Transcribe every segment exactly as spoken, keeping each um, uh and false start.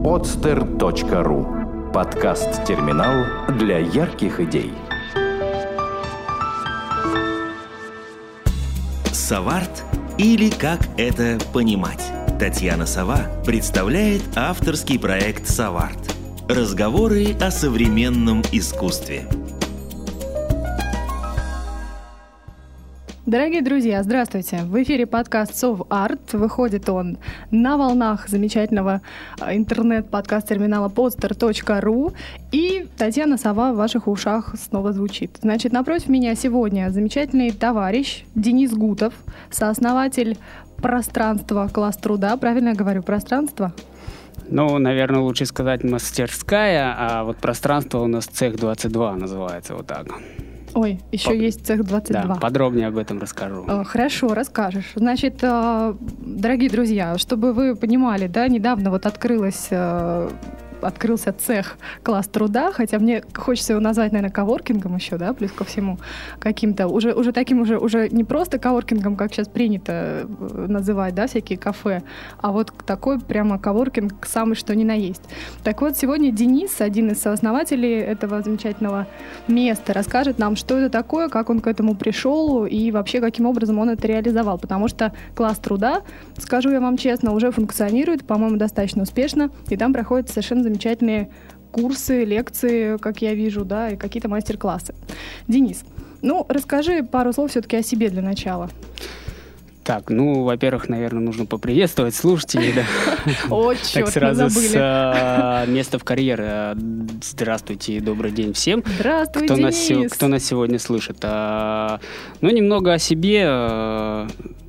подстер точка ру. Подкаст-терминал для ярких идей. Соварт или как это понимать? Татьяна Сова представляет авторский проект «Соварт». Разговоры о современном искусстве. Дорогие друзья, здравствуйте! В эфире подкаст «Соварт». Выходит он на волнах замечательного интернет-подкаст-терминала подстер точка ру. И Татьяна Сова в ваших ушах снова звучит. Значит, напротив меня сегодня замечательный товарищ Денис Гутов, сооснователь пространства «Класс труда». Правильно я говорю, пространство? Ну, наверное, лучше сказать мастерская, а вот пространство у нас цех двадцать два называется, вот так. Ой, еще По... есть цех двадцать два. Да, подробнее об этом расскажу. Хорошо, расскажешь. Значит, дорогие друзья, чтобы вы понимали, да, недавно вот открылась... открылся цех «Класс труда», хотя мне хочется его назвать, наверное, коворкингом еще, да, плюс ко всему каким-то, уже, уже таким, уже, уже не просто коворкингом, как сейчас принято называть, да, всякие кафе, а вот такой прямо коворкинг самый что ни на есть. Так вот, сегодня Денис, один из сооснователей этого замечательного места, расскажет нам, что это такое, как он к этому пришел и вообще каким образом он это реализовал, потому что «Класс труда», скажу я вам честно, уже функционирует, по-моему, достаточно успешно, и там проходят совершенно замечательные замечательные курсы, лекции, как я вижу, да, и какие-то мастер-классы. Денис, ну, расскажи пару слов все-таки о себе для начала. Так, ну, во-первых, наверное, нужно поприветствовать слушателей, да. О, черт, так сразу забыли. С места в карьер. Здравствуйте и добрый день всем. Здравствуй, кто Денис. Нас, кто нас сегодня слышит. Ну, немного о себе.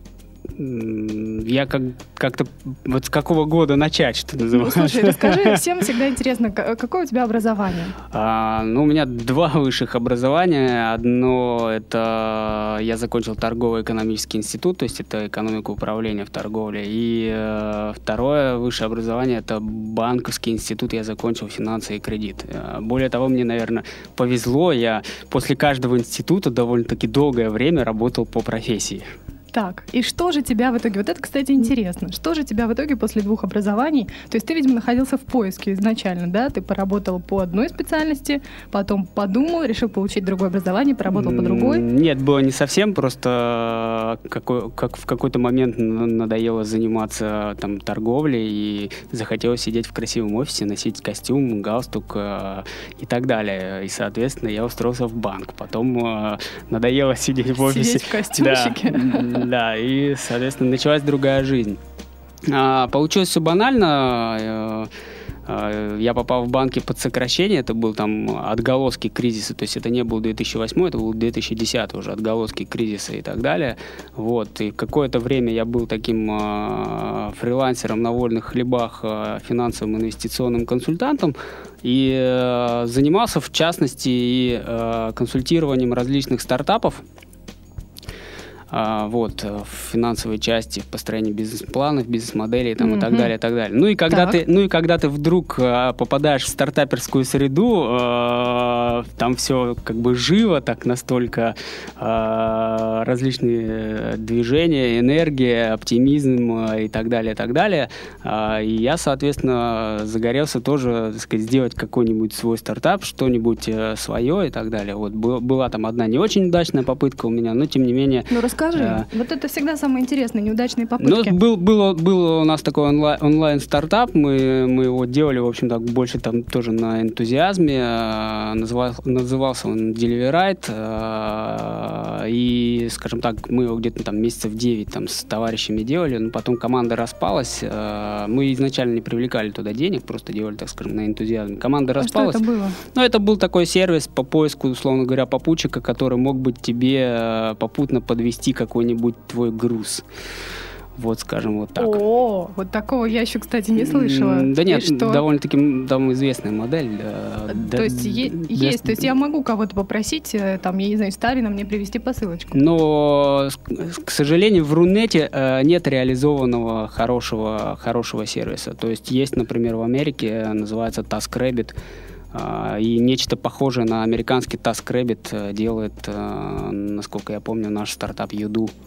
Я как, как-то... Вот с какого года начать, что называется? Ну, слушай, расскажи, всем всегда интересно, какое у тебя образование? А, ну, у меня два высших образования. Одно — это я закончил торгово-экономический институт, то есть это экономика управления в торговле. И э, второе высшее образование — это банковский институт, я закончил финансы и кредит. Более того, мне, наверное, повезло. Я после каждого института довольно-таки долгое время работал по профессии. Так, и что же тебя в итоге... Вот это, кстати, интересно. Что же тебя в итоге после двух образований... То есть ты, видимо, находился в поиске изначально, да? Ты поработал по одной специальности, потом подумал, решил получить другое образование, поработал по другой? Нет, было не совсем. Просто какой, как в какой-то момент надоело заниматься там торговлей и захотелось сидеть в красивом офисе, носить костюм, галстук э, и так далее. И, соответственно, я устроился в банк. Потом э, надоело сидеть в офисе. Сидеть в костюмчике? Да. Да, и, соответственно, началась другая жизнь. А, получилось все банально. Я попал в банки под сокращение, это был там отголоски кризиса, то есть это не был две тысячи восьмой, это был две тысячи десятый уже, отголоски кризиса и так далее. Вот. И какое-то время я был таким э, фрилансером на вольных хлебах, э, финансовым инвестиционным консультантом и э, занимался, в частности, и э, консультированием различных стартапов. Вот, в финансовой части, в построении бизнес-планов, бизнес-моделей там, mm-hmm. и так далее, и так далее. Ну и, когда ты, ну и когда ты вдруг а, попадаешь в стартаперскую среду, а, там все как бы живо, так настолько а, различные движения, энергия, оптимизм а, и так далее, и так далее. А, и я, соответственно, загорелся тоже, так сказать, сделать какой-нибудь свой стартап, что-нибудь а, свое и так далее. Вот, был, была там одна не очень удачная попытка у меня, но тем не менее... Ну, расскажи. А, вот это всегда самое интересное, неудачные попытки. Ну, был, был, был у нас такой онлайн, онлайн-стартап, мы, мы его делали, в общем, так больше там тоже на энтузиазме, называл, назывался он Deliverite, и, скажем так, мы его где-то там месяцев девять там с товарищами делали, но потом команда распалась, мы изначально не привлекали туда денег, просто делали, так скажем, на энтузиазме. Команда а распалась. Что это было? Ну, это был такой сервис по поиску, условно говоря, попутчика, который мог быть тебе попутно подвести какой-нибудь твой груз. Вот, скажем, вот так. О, вот такого я еще, кстати, не слышала. Да нет, довольно-таки там известная модель. Да, то да, есть е- для... есть, то есть я могу кого-то попросить, там, я не знаю, Сталина мне привезти посылочку. Но, к сожалению, в Рунете нет реализованного хорошего, хорошего сервиса. То есть есть, например, в Америке, называется TaskRabbit, и нечто похожее на американский TaskRabbit делает, насколько я помню, наш стартап Юду.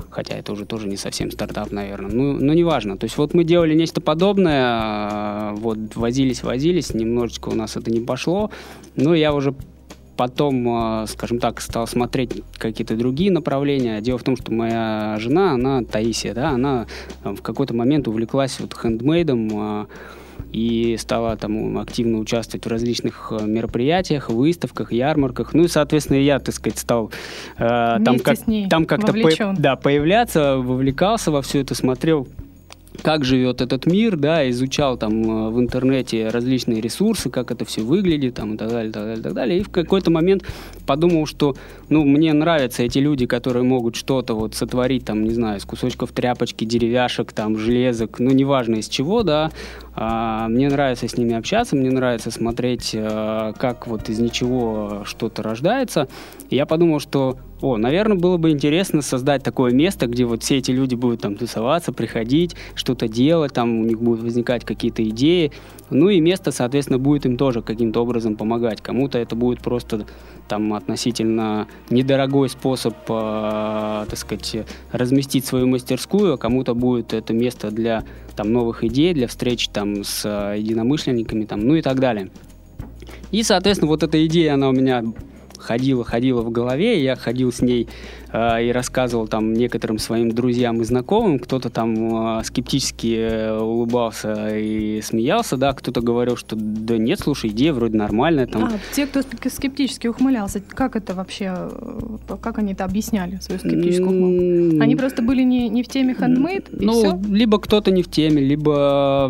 хотя это уже тоже не совсем стартап, наверное, ну, но неважно. То есть вот мы делали нечто подобное, вот возились, возились, немножечко у нас это не пошло, но я уже потом, скажем так, стал смотреть какие-то другие направления. Дело в том, что моя жена, она Таисия, да, она в какой-то момент увлеклась вот хендмейдом и стала там активно участвовать в различных мероприятиях, выставках, ярмарках. Ну и, соответственно, я, так сказать, стал э, там, как, там как-то по, да, появляться, вовлекался во все это, смотрел, как живет этот мир, да, изучал там в интернете различные ресурсы, как это все выглядит, там, и так далее, так далее, так далее. И в какой-то момент подумал, что, ну, мне нравятся эти люди, которые могут что-то вот сотворить, там, не знаю, из кусочков тряпочки, деревяшек, там, железок, ну, неважно из чего, да. А, мне нравится с ними общаться, мне нравится смотреть, а, как вот из ничего что-то рождается. И я подумал, что, о, наверное, было бы интересно создать такое место, где вот все эти люди будут там тусоваться, приходить, что-то делать, там у них будут возникать какие-то идеи. Ну и место, соответственно, будет им тоже каким-то образом помогать. Кому-то это будет просто там относительно недорогой способ, э, так сказать, разместить свою мастерскую, а кому-то будет это место для там новых идей, для встреч там с единомышленниками, там, ну и так далее. И, соответственно, вот эта идея, она у меня ходила, ходила в голове, я ходил с ней э, и рассказывал там некоторым своим друзьям и знакомым, кто-то там э, скептически э, улыбался и смеялся, да, кто-то говорил, что да нет, слушай, идея вроде нормальная. Там. А, те, кто скептически ухмылялся, как это вообще, как они это объясняли, свою скептическую ухмылку? Они просто были не, не в теме handmade, и ну, все? Либо кто-то не в теме, либо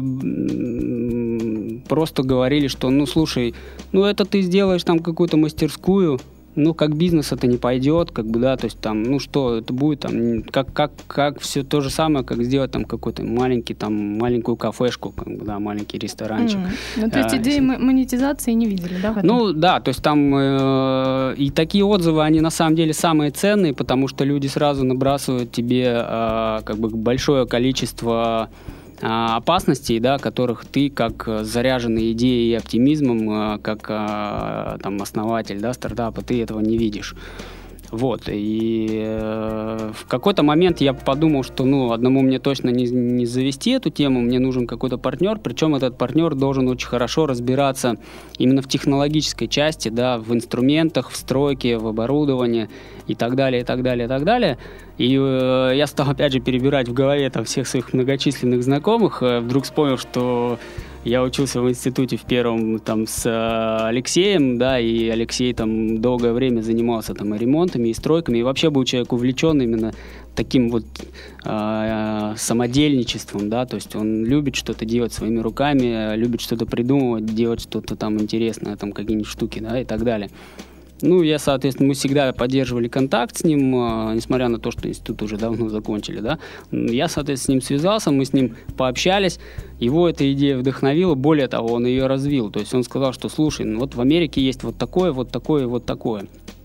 просто говорили, что, ну, слушай, ну, это ты сделаешь там какую-то мастерскую, ну, как бизнес это не пойдет, как бы, да, то есть там, ну, что, это будет там, как, как, как все то же самое, как сделать там какой-то маленький, там, маленькую кафешку, как бы, да, маленький ресторанчик. Mm. Ну, то есть а, идеи если... монетизации не видели, да, в этом? Ну, да, то есть там э, и такие отзывы, они на самом деле самые ценные, потому что люди сразу набрасывают тебе э, как бы большое количество опасностей, да, которых ты, как заряженный идеей и оптимизмом, как там, основатель, да, стартапа, ты этого не видишь. Вот, и э, в какой-то момент я подумал, что, ну, одному мне точно не, не завести эту тему, мне нужен какой-то партнер, причем этот партнер должен очень хорошо разбираться именно в технологической части, да, в инструментах, в стройке, в оборудовании и так далее, и так далее, и так далее. И э, я стал, опять же, перебирать в голове там всех своих многочисленных знакомых, э, вдруг вспомнил, что я учился в институте в первом там с Алексеем, да, и Алексей там долгое время занимался там и ремонтами, и стройками, и вообще был человек увлечен именно таким вот э, самодельничеством, да, то есть он любит что-то делать своими руками, любит что-то придумывать, делать что-то там интересное, там какие-нибудь штуки, да, и так далее. Ну, я, соответственно, мы всегда поддерживали контакт с ним, э, несмотря на то, что институт уже давно закончили, да. Я, соответственно, с ним связался, мы с ним пообщались, его эта идея вдохновила, более того, он ее развил. То есть он сказал, что, слушай, ну, вот в Америке есть вот такое, вот такое, вот такое.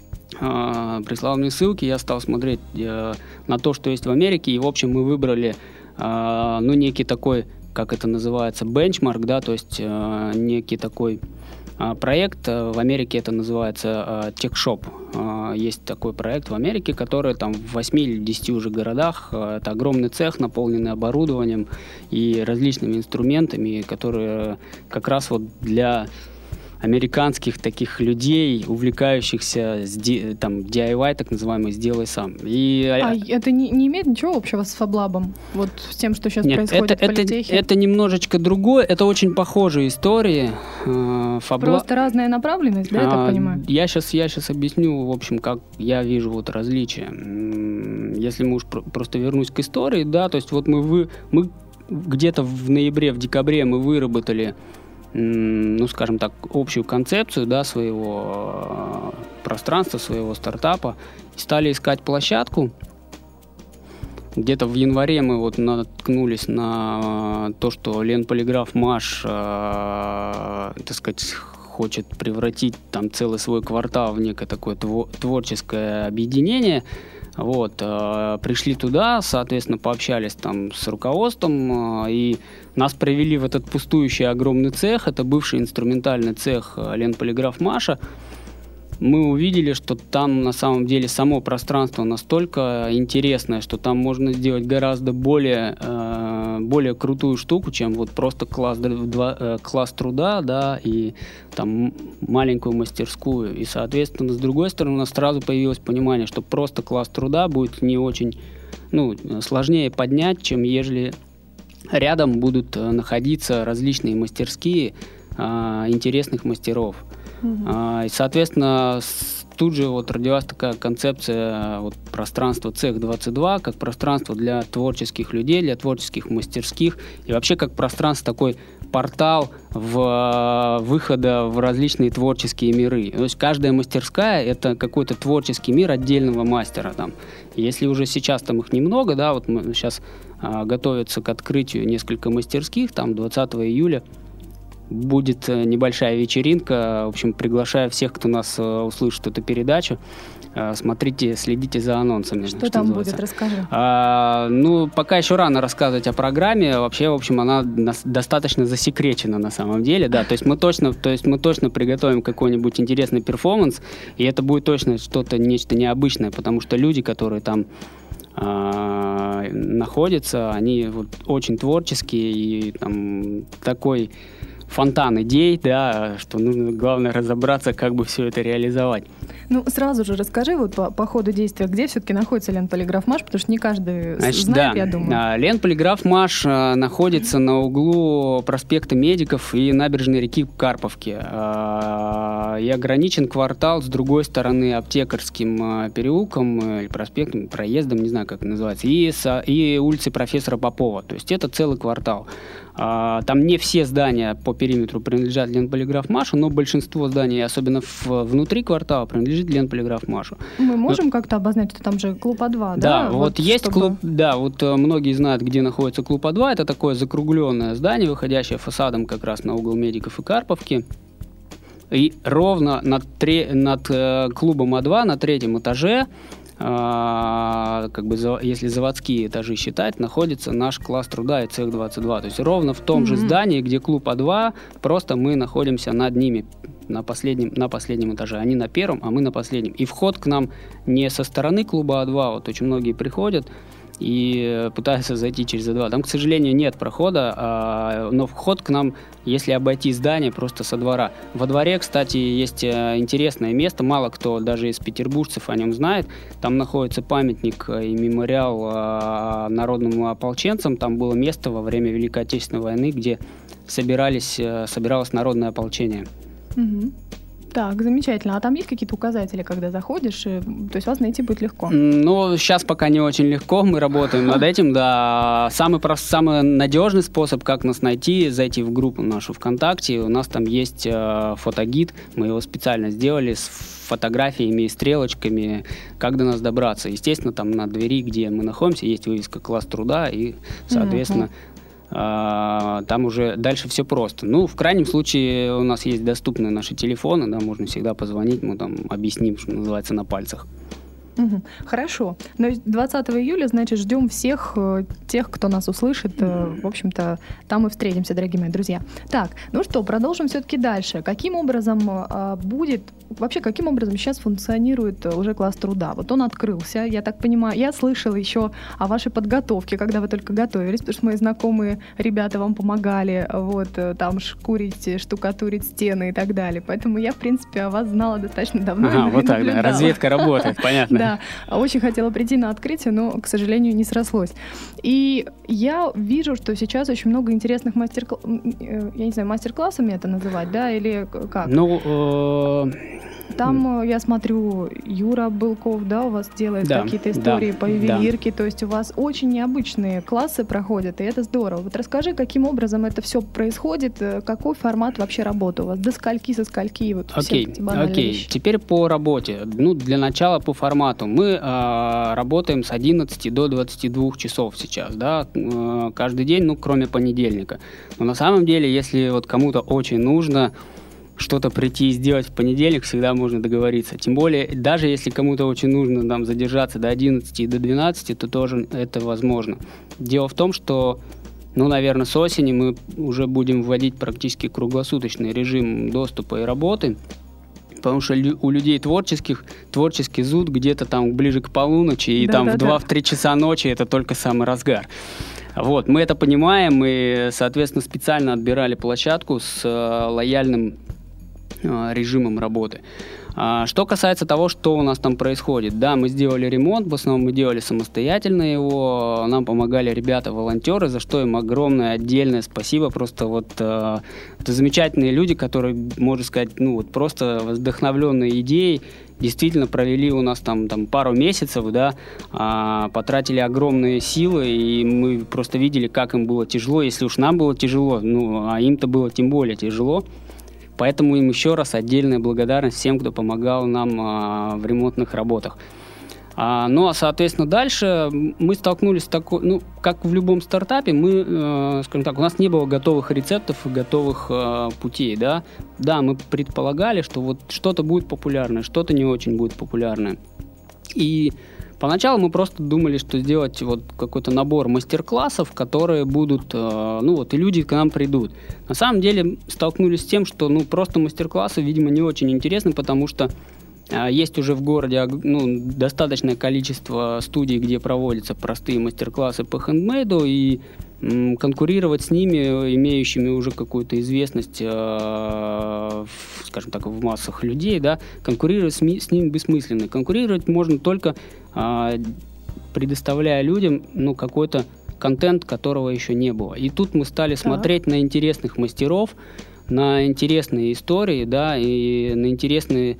Э, прислал мне ссылки, я стал смотреть э, на то, что есть в Америке, и, в общем, мы выбрали, э, ну, некий такой, как это называется, бенчмарк, да, то есть э, некий такой... проект, в Америке это называется TechShop. Есть такой проект в Америке, который там в восьми или десяти уже городах. Это огромный цех, наполненный оборудованием и различными инструментами, которые как раз вот для американских таких людей, увлекающихся там ди ай вай, так называемый, сделай сам. И... А это не, не имеет ничего общего с FabLab? Вот с тем, что сейчас Нет, происходит это, в политехе? Это, это немножечко другое, это очень похожие истории. FabLab... Просто разная направленность, да, я так понимаю? Я сейчас, я сейчас объясню, в общем, как я вижу вот различия. Если мы уж просто вернусь к истории, да, то есть вот мы, вы, мы где-то в ноябре, в декабре мы выработали, ну, скажем так, общую концепцию, да, своего пространства, своего стартапа, и стали искать площадку. Где-то в январе мы вот наткнулись на то, что Ленполиграф МАШ, э, так сказать, хочет превратить там целый свой квартал в некое такое творческое объединение. Вот, э, пришли туда, соответственно, пообщались там с руководством, э, и нас привели в этот пустующий огромный цех. Это бывший инструментальный цех Ленполиграф МАШа. мы увидели, что там на самом деле само пространство настолько интересное, что там можно сделать гораздо более, э, более крутую штуку, чем вот просто класс, два, э, класс труда, да, и там маленькую мастерскую. И, соответственно, с другой стороны, у нас сразу появилось понимание, что просто класс труда будет не очень, ну, сложнее поднять, чем ежели рядом будут находиться различные мастерские э, интересных мастеров. Uh-huh. И, соответственно, тут же вот родилась такая концепция вот, пространства цех двадцать два, как пространство для творческих людей, для творческих мастерских, и вообще как пространство, такой портал в, выхода в различные творческие миры. То есть каждая мастерская — это какой-то творческий мир отдельного мастера. Там. Если уже сейчас там их немного, да, вот мы сейчас а, готовятся к открытию несколько мастерских, там двадцатого июля будет небольшая вечеринка. В общем, приглашаю всех, кто нас uh, услышит эту передачу. Uh, смотрите, следите за анонсами. Что, что там называется. Будет, расскажи. Uh, ну, пока еще рано рассказывать о программе. Вообще, в общем, она нас, достаточно засекречена на самом деле. Да. То есть мы точно, то есть мы точно приготовим какой-нибудь интересный перформанс, и это будет точно что-то, нечто необычное, потому что люди, которые там uh, находятся, они вот очень творческие, и там такой фонтан идей, да, что нужно, главное, разобраться, как бы все это реализовать. Ну, сразу же расскажи вот по, по ходу действия, где все-таки находится Ленполиграфмаш, потому что не каждый Значит, знает, да. я думаю. Ленполиграфмаш находится на углу проспекта Медиков и набережной реки Карповки. И ограничен квартал с другой стороны Аптекарским переулком или проспектом, проездом, не знаю, как это называется, и, и улицей профессора Попова. То есть это целый квартал. Там не все здания по периметру принадлежат Ленполиграфмашу, но большинство зданий, особенно в, внутри квартала, принадлежит Ленполиграфмашу. Мы можем но... как-то обозначить, что там же клуб А два, да? Да, вот, вот есть чтобы... клуб, да, вот многие знают, где находится клуб А два. Это такое закругленное здание, выходящее фасадом как раз на угол Медиков и Карповки. И ровно над, тре... над э, клубом А два на третьем этаже, Uh, как бы, если заводские этажи считать, находится наш класс труда и цех двадцать два. То есть ровно в том mm-hmm. же здании, где клуб А два, просто мы находимся над ними на последнем, на последнем этаже. Они на первом, а мы на последнем. И вход к нам не со стороны клуба А два, вот очень многие приходят и пытаются зайти через А два. Там, к сожалению, нет прохода, а, но вход к нам, если обойти здание, просто со двора. Во дворе, кстати, есть интересное место, мало кто даже из петербуржцев о нем знает. Там находится памятник и мемориал а, народным ополченцам. Там было место во время Великой Отечественной войны, где собирались, собиралось народное ополчение. Угу. Так, замечательно. А там есть какие-то указатели, когда заходишь? И, то есть вас найти будет легко? Ну, сейчас пока не очень легко. Мы работаем над этим, да. Самый, самый надежный способ, как нас найти, зайти в группу нашу ВКонтакте. У нас там есть э, фотогид. Мы его специально сделали с фотографиями и стрелочками, как до нас добраться. Естественно, там на двери, где мы находимся, есть вывеска «Класс труда», и, соответственно, Uh, там уже дальше все просто. Ну, в крайнем случае, у нас есть доступные наши телефоны, да, можно всегда позвонить, мы там объясним, что называется, на пальцах. Угу. Хорошо. Но двадцатого июля, значит, ждем всех тех, кто нас услышит. В общем-то, там мы встретимся, дорогие мои друзья. Так, ну что, продолжим все-таки дальше. Каким образом а, будет, вообще, каким образом сейчас функционирует уже класс труда? Вот он открылся, я так понимаю, я слышала еще о вашей подготовке, когда вы только готовились, потому что мои знакомые ребята вам помогали, вот, там шкурить, штукатурить стены и так далее. Поэтому я, в принципе, о вас знала достаточно давно. Ага, вот так, да, разведка работает, понятно. Да, очень хотела прийти на открытие, но, к сожалению, не срослось. И я вижу, что сейчас очень много интересных мастер-классов, я не знаю, мастер-классами это называть, да, или как? Ну, э... Там, я смотрю, Юра Былков, да, у вас делает да, какие-то истории да, по ювелирке, да. То есть у вас очень необычные классы проходят, и это здорово. Вот расскажи, каким образом это все происходит, какой формат вообще работы у вас, до скольки, со скольки, вот окей, все эти банальные окей. вещи. Теперь по работе. Ну, для начала по формату. Мы э, работаем с одиннадцати до двадцати двух часов сейчас, да, э, каждый день, ну, кроме понедельника. Но на самом деле, если вот кому-то очень нужно что-то прийти и сделать в понедельник, всегда можно договориться. Тем более, даже если кому-то очень нужно там задержаться до одиннадцати и до двенадцати, то тоже это возможно. Дело в том, что, ну, наверное, с осени мы уже будем вводить практически круглосуточный режим доступа и работы. Потому что лю- у людей творческих, творческий зуд где-то там ближе к полуночи, и да, там да, в два-три часа ночи это только самый разгар. Вот, мы это понимаем, и, соответственно, специально отбирали площадку с э, лояльным э, режимом работы. А, что касается того, что у нас там происходит, да, мы сделали ремонт, в основном мы делали самостоятельно его, нам помогали ребята-волонтеры, за что им огромное отдельное спасибо, просто вот э, это замечательные люди, которые, можно сказать, ну вот просто вдохновленные идеей, действительно провели у нас там, там пару месяцев, да, а, потратили огромные силы, и мы просто видели, как им было тяжело, если уж нам было тяжело, ну, а им-то было тем более тяжело. Поэтому им еще раз отдельная благодарность всем, кто помогал нам а, в ремонтных работах. А, ну, а, соответственно, дальше мы столкнулись с такой... Ну, как в любом стартапе, мы, э, скажем так, у нас не было готовых рецептов и готовых э, путей, да. Да, мы предполагали, что вот что-то будет популярное, что-то не очень будет популярное. И поначалу мы просто думали, что сделать вот какой-то набор мастер-классов, которые будут, э, ну вот, и люди к нам придут. На самом деле столкнулись с тем, что, ну, просто мастер-классы, видимо, не очень интересны, потому что э, есть уже в городе, ну, достаточное количество студий, где проводятся простые мастер-классы по хендмейду, и м, конкурировать с ними, имеющими уже какую-то известность, э, в, скажем так, в массах людей, да, конкурировать с, ми- с ними бессмысленно. Конкурировать можно только предоставляя людям, ну, какой-то контент, которого еще не было. И тут мы стали так. смотреть на интересных мастеров, на интересные истории, да, и на интересные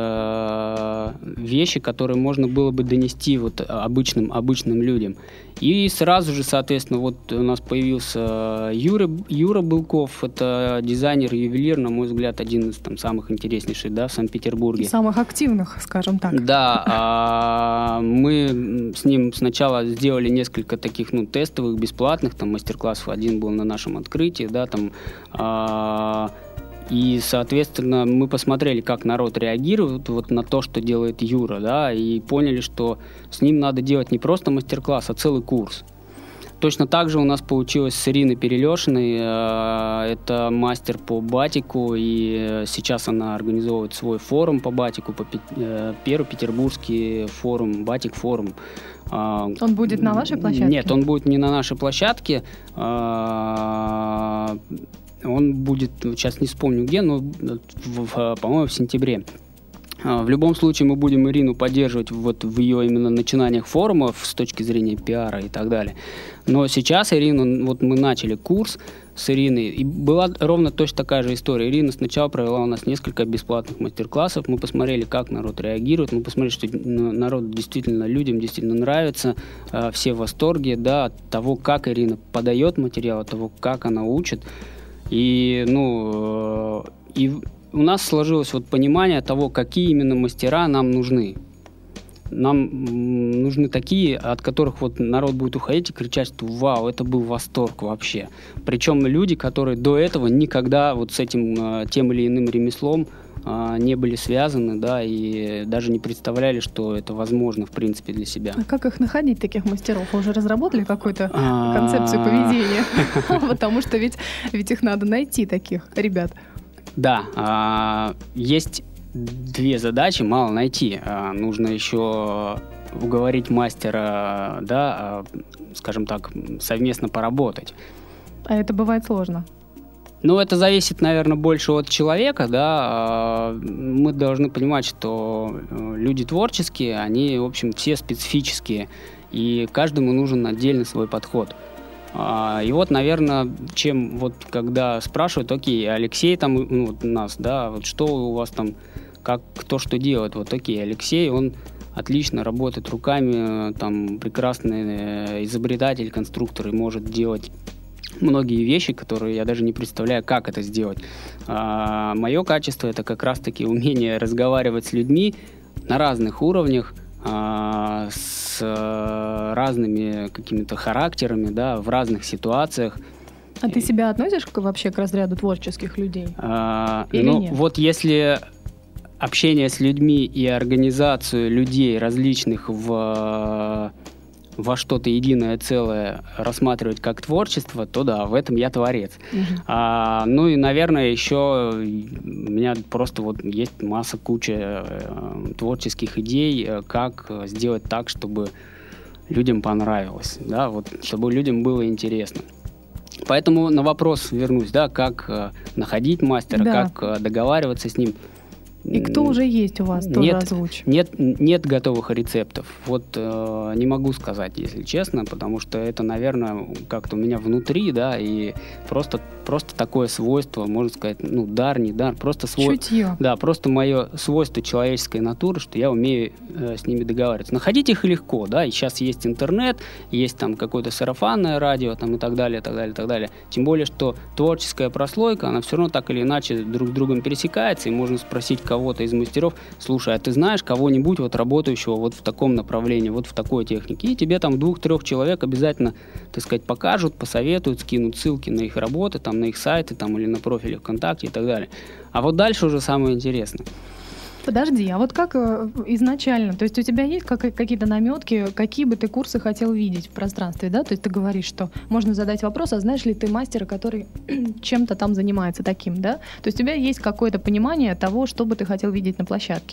э, вещи, которые можно было бы донести вот обычным, обычным людям. И сразу же, соответственно, вот у нас появился Юра, Юра Былков, это дизайнер-ювелир, на мой взгляд, один из там самых интереснейших, да, в Санкт-Петербурге. Самых активных, скажем так. Да, а, мы с ним сначала сделали несколько таких, ну, тестовых, бесплатных, там, мастер-классов, один был на нашем открытии, да, там, а, и, соответственно, мы посмотрели, как народ реагирует вот на то, что делает Юра, да, и поняли, что с ним надо делать не просто мастер-класс, а целый курс. Точно так же у нас получилось с Ириной Перелешиной. Это мастер по батику, и сейчас она организовывает свой форум по батику, по первый петербургский форум, батик-форум. Он будет на вашей площадке? Нет, он будет не на нашей площадке. Он будет, сейчас не вспомню где, но, в, в, по-моему, в сентябре. В любом случае мы будем Ирину поддерживать вот в ее именно начинаниях форумов с точки зрения пиара и так далее. Но сейчас Ирину, вот мы начали курс с Ириной, и была ровно точно такая же история. Ирина сначала провела у нас несколько бесплатных мастер-классов, мы посмотрели, как народ реагирует, мы посмотрели, что народ действительно, людям действительно нравится, все в восторге, да, от того, как Ирина подает материал, от того, как она учит. И, ну, и у нас сложилось вот понимание того, какие именно мастера нам нужны. Нам нужны такие, от которых вот народ будет уходить и кричать, что вау, это был восторг вообще. Причем люди, которые до этого никогда вот с этим тем или иным ремеслом не были связаны, да, и даже не представляли, что это возможно, в принципе, для себя. А как их находить, таких мастеров? Вы уже разработали какую-то концепцию поведения? Потому что ведь их надо найти, таких ребят. Да, есть две задачи, мало найти. Нужно еще уговорить мастера, да, скажем так, совместно поработать. А это бывает сложно? Ну, это зависит, наверное, больше от человека, да. Мы должны понимать, что люди творческие, они, в общем, все специфические, и каждому нужен отдельный свой подход. И вот, наверное, чем вот когда спрашивают, окей, Алексей там, ну, вот нас, да, вот что у вас там, как, кто что делает, вот окей, Алексей, он отлично работает руками, там, прекрасный изобретатель, конструктор и может делать многие вещи, которые я даже не представляю, как это сделать. А, мое качество — это как раз-таки умение разговаривать с людьми на разных уровнях, а, с а, разными какими-то характерами, да, в разных ситуациях. А ты себя относишь к, вообще к разряду творческих людей? А, Или ну, нет? Вот если общение с людьми и организацию людей различных в во что-то единое целое рассматривать как творчество, то да, в этом я творец. Uh-huh. А, ну и, наверное, еще у меня просто вот есть масса, куча э, творческих идей, как сделать так, чтобы людям понравилось, да, вот, чтобы людям было интересно. Поэтому на вопрос вернусь, да, как э, находить мастера, да. как э, договариваться с ним. И кто уже есть у вас, тоже нет, озвучь. Нет, нет готовых рецептов. Вот э, не могу сказать, если честно, потому что это, наверное, как-то у меня внутри, да, и просто, просто такое свойство, можно сказать, ну, дар, не дар, просто свойство. Чутье. Да, просто мое свойство человеческой натуры, что я умею э, с ними договариваться. Находить их легко, да, и сейчас есть интернет, есть там какое-то сарафанное радио, там и так далее, так далее, так далее. Тем более, что творческая прослойка, она все равно так или иначе друг с другом пересекается, и можно спросить кого-то из мастеров: слушай, а ты знаешь кого-нибудь вот работающего вот в таком направлении, вот в такой технике? И тебе там двух-трех человек обязательно, так сказать, покажут, посоветуют, скинут ссылки на их работы, там, на их сайты там, или на профили ВКонтакте и так далее. А вот дальше уже самое интересное. Подожди, а вот как изначально, то есть у тебя есть как, какие-то наметки, какие бы ты курсы хотел видеть в пространстве, да? То есть ты говоришь, что можно задать вопрос, а знаешь ли ты мастера, который чем-то там занимается таким, да? То есть у тебя есть какое-то понимание того, что бы ты хотел видеть на площадке?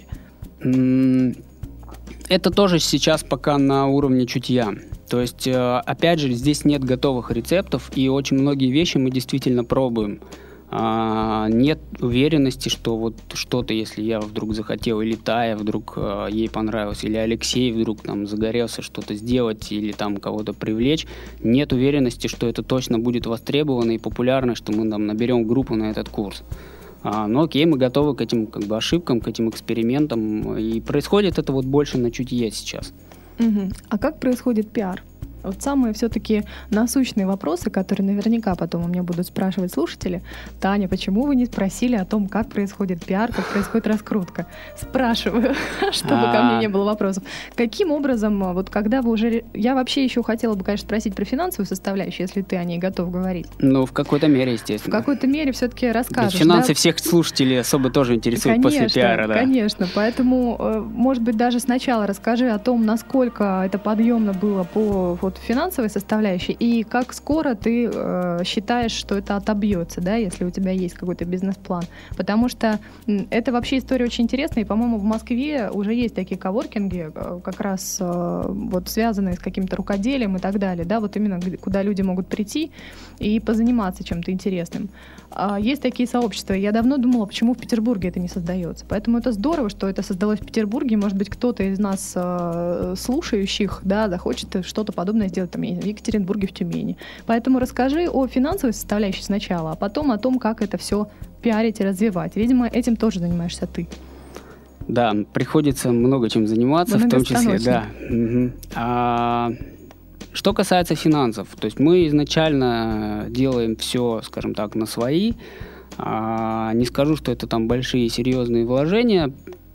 Это тоже сейчас пока на уровне чутья. То есть, опять же, здесь нет готовых рецептов, и очень многие вещи мы действительно пробуем. А, нет уверенности, что вот что-то, если я вдруг захотел, или Тая вдруг а, ей понравилось, или Алексей вдруг там загорелся что-то сделать, или там кого-то привлечь, нет уверенности, что это точно будет востребовано и популярно, что мы там наберем группу на этот курс. А, ну окей, мы готовы к этим как бы ошибкам, к этим экспериментам, и происходит это вот больше на чутье сейчас. Угу. А как происходит пиар? Вот самые все-таки насущные вопросы, которые наверняка потом у меня будут спрашивать слушатели. Таня, почему вы не спросили о том, как происходит пиар, как происходит раскрутка? Спрашиваю, чтобы ко мне не было вопросов. Каким образом, вот когда вы уже... Я вообще еще хотела бы, конечно, спросить про финансовую составляющую, если ты о ней готов говорить. Ну, в какой-то мере, естественно. В какой-то мере все-таки расскажешь. Финансы да? Всех слушателей особо тоже интересуют конечно, после пиара. Да. Конечно, поэтому, может быть, даже сначала расскажи о том, насколько это подъемно было по вот, финансовой составляющей, и как скоро ты э, считаешь, что это отобьется, да, если у тебя есть какой-то бизнес-план. Потому что это вообще история очень интересная, и, по-моему, в Москве уже есть такие коворкинги, как раз э, вот связанные с каким-то рукоделием и так далее, да, вот именно куда люди могут прийти и позаниматься чем-то интересным. А есть такие сообщества. Я давно думала, почему в Петербурге это не создается. Поэтому это здорово, что это создалось в Петербурге. Может быть, кто-то из нас э, слушающих, да, захочет что-то подобное сделать там, в Екатеринбурге, в Тюмени. Поэтому расскажи о финансовой составляющей сначала, а потом о том, как это все пиарить и развивать. Видимо, этим тоже занимаешься ты. Да, приходится много чем заниматься, в том числе, да. Угу. А... Что касается финансов, то есть мы изначально делаем все, скажем так, на свои. А, не скажу, что это там большие серьезные вложения,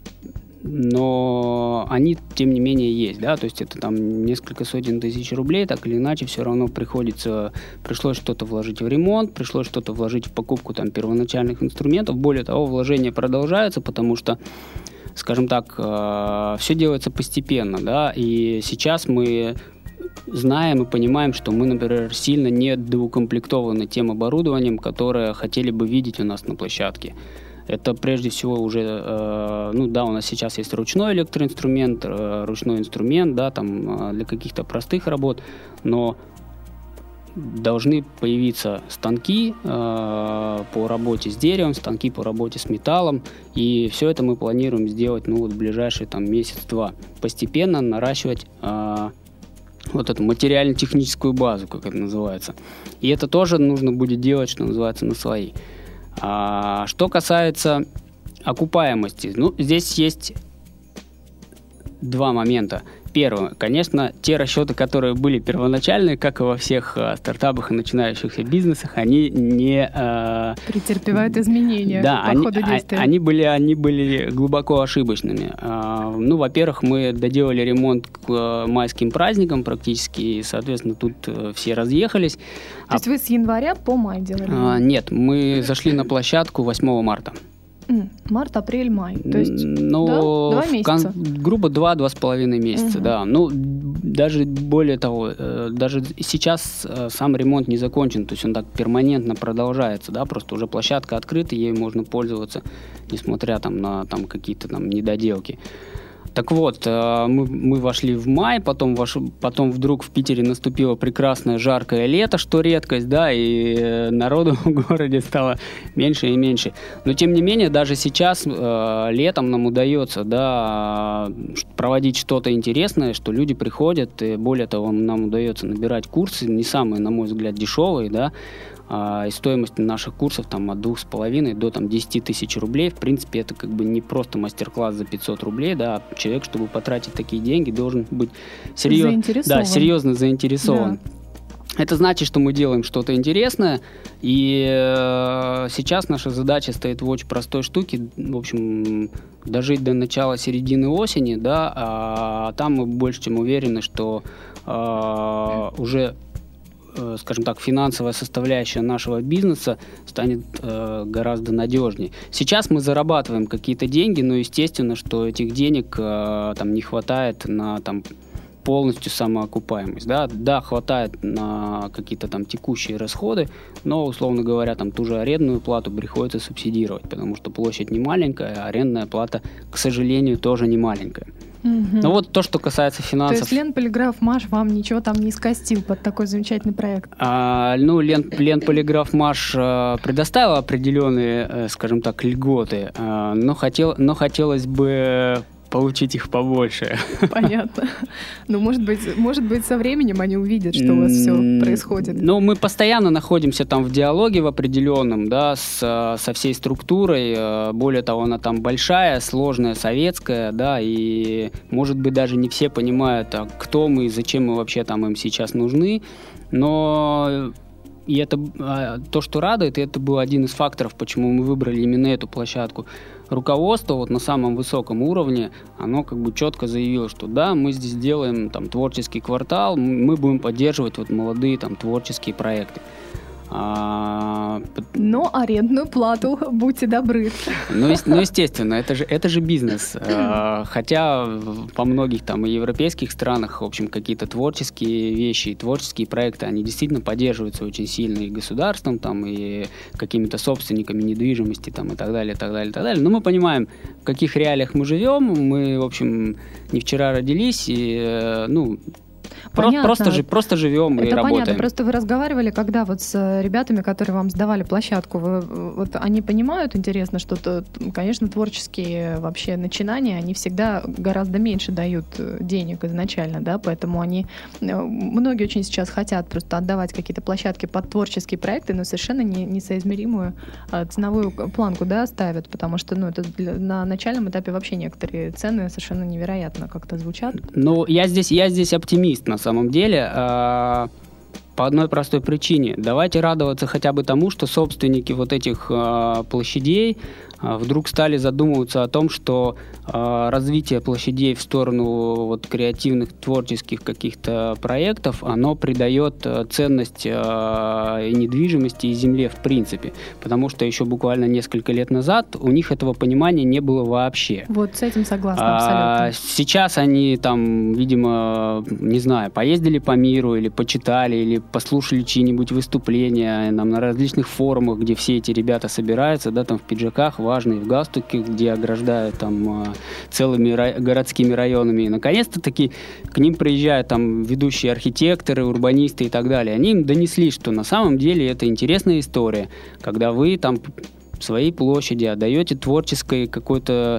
но они, тем не менее, есть, да, то есть это там несколько сотен тысяч рублей, так или иначе, все равно приходится, пришлось что-то вложить в ремонт, пришлось что-то вложить в покупку там первоначальных инструментов. Более того, вложения продолжаются, потому что, скажем так, все делается постепенно, да, и сейчас мы знаем и понимаем, что мы, например, сильно недоукомплектованы тем оборудованием, которое хотели бы видеть у нас на площадке. Это прежде всего уже, э, ну да, у нас сейчас есть ручной электроинструмент, э, ручной инструмент, да, там э, для каких-то простых работ, но должны появиться станки э, по работе с деревом, станки по работе с металлом, и все это мы планируем сделать, ну, вот в ближайший там месяц-два, постепенно наращивать э, вот эту материально-техническую базу, как это называется. И это тоже нужно будет делать, что называется, на свои. А, что касается окупаемости, ну, здесь есть два момента. Первое, конечно, те расчеты, которые были первоначальные, как и во всех э, стартапах и начинающихся бизнесах, они не... Э, претерпевают изменения да, по они, ходу действия. Они были, они были глубоко ошибочными. Э, ну, во-первых, мы доделали ремонт к э, майским праздникам практически, и, соответственно, тут э, все разъехались. То а, есть вы с января по май делали? Э, нет, мы зашли на площадку восьмого марта. Март, апрель, май. То есть, ну, да? Два месяца? Кон- грубо два-два с половиной месяца, угу. да. Ну, даже более того, даже сейчас сам ремонт не закончен, то есть он так перманентно продолжается, да, просто уже площадка открыта, ею можно пользоваться, несмотря там на там, какие-то там недоделки. Так вот, мы, мы вошли в май, потом, вош... потом вдруг в Питере наступило прекрасное жаркое лето, что редкость, да, и народу в городе стало меньше и меньше. Но, тем не менее, даже сейчас э, летом нам удается, да, проводить что-то интересное, что люди приходят, и более того, нам удается набирать курсы, не самые, на мой взгляд, дешевые, да, и стоимость наших курсов там, от двух с половиной до там, десять тысяч рублей. В принципе, это как бы не просто мастер-класс за пятьсот рублей. Да, а человек, чтобы потратить такие деньги, должен быть серьез... заинтересован. Да, серьезно заинтересован. Да. Это значит, что мы делаем что-то интересное, и э, сейчас наша задача стоит в очень простой штуке, в общем, дожить до начала середины осени, да, а там мы больше чем уверены, что э, уже скажем так, финансовая составляющая нашего бизнеса станет э, гораздо надежнее. Сейчас мы зарабатываем какие-то деньги, но естественно, что этих денег э, там не хватает на там, полностью самоокупаемость. Да? да, хватает на какие-то там текущие расходы, но, условно говоря, там ту же арендную плату приходится субсидировать, потому что площадь не маленькая, а арендная плата, к сожалению, тоже не маленькая. Угу. Ну вот то, что касается финансов. То есть Ленполиграфмаш вам ничего там не скостил под такой замечательный проект? А, ну, Лен, Ленполиграфмаш а, предоставил определенные, а, скажем так, льготы, а, но, хотел, но хотелось бы получить их побольше. Понятно. Ну, может быть, может быть, со временем они увидят, что у вас все происходит. Ну, мы постоянно находимся там в диалоге в определенном, да, с, со всей структурой. Более того, она там большая, сложная, советская, да, и, может быть, даже не все понимают, а кто мы и зачем мы вообще там им сейчас нужны. Но и это то, что радует, и это был один из факторов, почему мы выбрали именно эту площадку. Руководство вот на самом высоком уровне, оно как бы четко заявило, что да, мы здесь делаем там творческий квартал, мы будем поддерживать вот молодые там творческие проекты. А... Но арендную плату, будьте добры. Ну, ну естественно, это же, это же бизнес. А, хотя во многих там и европейских странах, в общем, какие-то творческие вещи, творческие проекты, они действительно поддерживаются очень сильно и государством, там, и какими-то собственниками недвижимости, там, и так далее, и так далее, и так далее. Но мы понимаем, в каких реалиях мы живем. Мы, в общем, не вчера родились, и, ну... Понятно. Просто, просто, просто живем это и понятно. работаем. Просто вы разговаривали, когда вот с ребятами, которые вам сдавали площадку, вы, вот они понимают, интересно, что, конечно, творческие вообще начинания, они всегда гораздо меньше дают денег изначально, да, поэтому они, многие очень сейчас хотят просто отдавать какие-то площадки под творческие проекты, но совершенно не, несоизмеримую ценовую планку, да, ставят, потому что, ну, это для, на начальном этапе вообще некоторые цены совершенно невероятно как-то звучат. Ну, я здесь, я здесь оптимист, на самом деле, э, по одной простой причине. Давайте радоваться хотя бы тому, что собственники вот этих э, площадей э, вдруг стали задумываться о том, что э, развитие площадей в сторону вот, креативных, творческих каких-то проектов, оно придает э, ценность э, и недвижимости, и земле в принципе. Потому что еще буквально несколько лет назад у них этого понимания не было вообще. Вот с этим согласна абсолютно. А, сейчас они там, видимо, не знаю, поездили по миру или почитали, или послушали чьи-нибудь выступления там, на различных форумах, где все эти ребята собираются, да, там в пиджаках, важные, в галстуке, где ограждают там целыми рай- городскими районами. И наконец-то таки к ним приезжают там ведущие архитекторы, урбанисты и так далее. Они им донесли, что на самом деле это интересная история, когда вы там своей площади отдаете творческой какой-то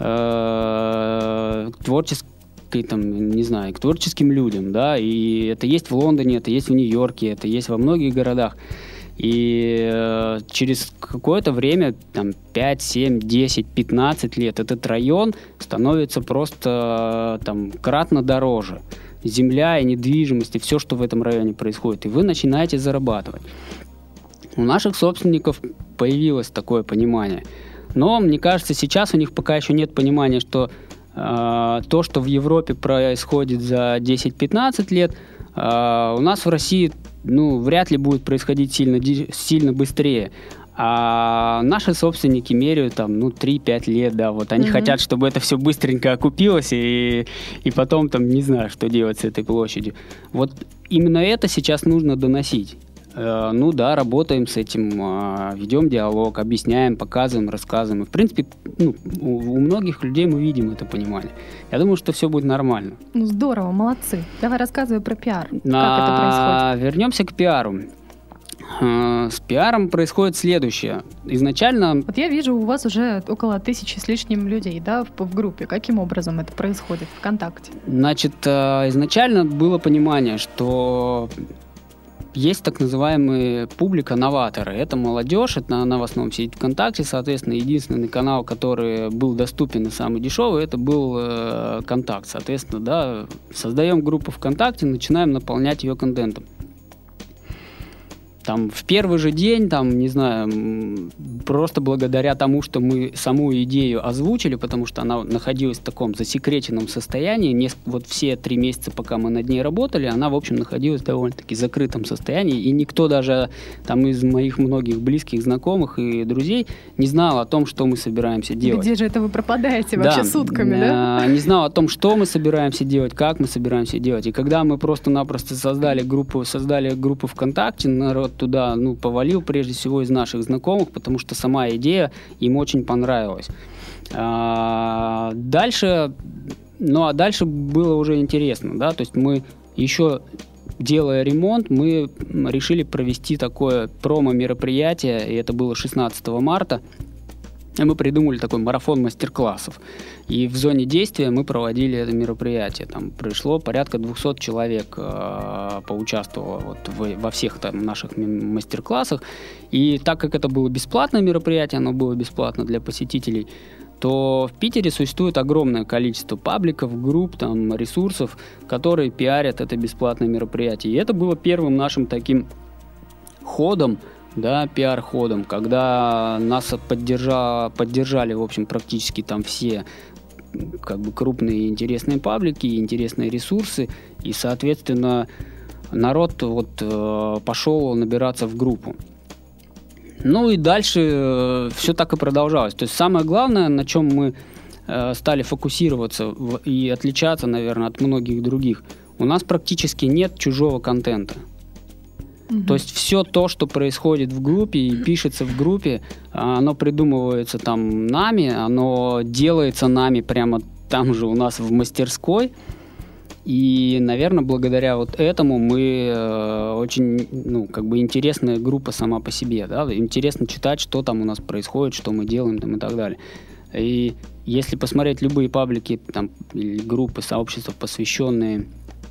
э, творческой там, не знаю, к творческим людям, да, и это есть в Лондоне, это есть в Нью-Йорке, это есть во многих городах. И э, через какое-то время, там, пять, семь, десять, пятнадцать лет этот район становится просто, э, там, кратно дороже. Земля и недвижимость, и все, что в этом районе происходит, и вы начинаете зарабатывать. У наших собственников появилось такое понимание. Но, мне кажется, сейчас у них пока еще нет понимания, что то, что в Европе происходит за десять-пятнадцать лет, у нас в России, ну, вряд ли будет происходить сильно, сильно быстрее. А наши собственники меряют там, ну, три-пять лет, да, вот они mm-hmm. хотят, чтобы это все быстренько окупилось, и, и потом там не знаю, что делать с этой площадью. Вот именно это сейчас нужно доносить. Э, ну да, работаем с этим, э, ведем диалог, объясняем, показываем, рассказываем. И, в принципе, ну, у, у многих людей мы видим это понимание. Я думаю, что все будет нормально. Ну, здорово, молодцы. Давай рассказывай про пиар. Как а, это происходит? Вернемся к пиару. С пиаром происходит следующее. Изначально... Вот я вижу, у вас уже около тысячи с лишним людей, да, в, в группе. Каким образом это происходит ВКонтакте? Значит, изначально было понимание, что есть так называемые публика-новаторы. Это молодежь, это она в основном сидит ВКонтакте, соответственно, единственный канал, который был доступен и самый дешевый, это был э, Контакт. Соответственно, да, создаем группу ВКонтакте, начинаем наполнять ее контентом. Там, в первый же день, там, не знаю, просто благодаря тому, что мы саму идею озвучили, потому что она находилась в таком засекреченном состоянии, не, вот все три месяца, пока мы над ней работали, она, в общем, находилась в довольно-таки закрытом состоянии, и никто даже там из моих многих близких знакомых и друзей не знал о том, что мы собираемся делать. Где же это вы пропадаете вообще да, сутками, да? Не знал о том, что мы собираемся делать, как мы собираемся делать. И когда мы просто-напросто создали группу, создали группу ВКонтакте, народ туда, ну, повалил прежде всего из наших знакомых, потому что сама идея им очень понравилась. А, дальше, ну, а дальше было уже интересно, да, то есть мы еще, делая ремонт, мы решили провести такое промо-мероприятие, и это было шестнадцатого марта, и мы придумали такой марафон мастер-классов. И в зоне действия мы проводили это мероприятие. Там пришло порядка двухсот человек, э, поучаствовало вот в, во всех там наших мастер-классах. И так как это было бесплатное мероприятие, оно было бесплатно для посетителей, то в Питере существует огромное количество пабликов, групп, там, ресурсов, которые пиарят это бесплатное мероприятие. И это было первым нашим таким ходом, да, пиар-ходом, когда нас поддержа, поддержали, в общем, практически там все как бы крупные интересные паблики, интересные ресурсы, и, соответственно, народ вот э, пошел набираться в группу. Ну и дальше э, все так и продолжалось. То есть самое главное, на чем мы э, стали фокусироваться в, и отличаться, наверное, от многих других, у нас практически нет чужого контента. Mm-hmm. То есть все то, что происходит в группе и пишется в группе, оно придумывается там нами, оно делается нами прямо там же у нас в мастерской. И, наверное, благодаря вот этому мы э, очень, ну, как бы интересная группа сама по себе, да, интересно читать, что там у нас происходит, что мы делаем там и так далее. И если посмотреть любые паблики, там, или группы, сообщества, посвященные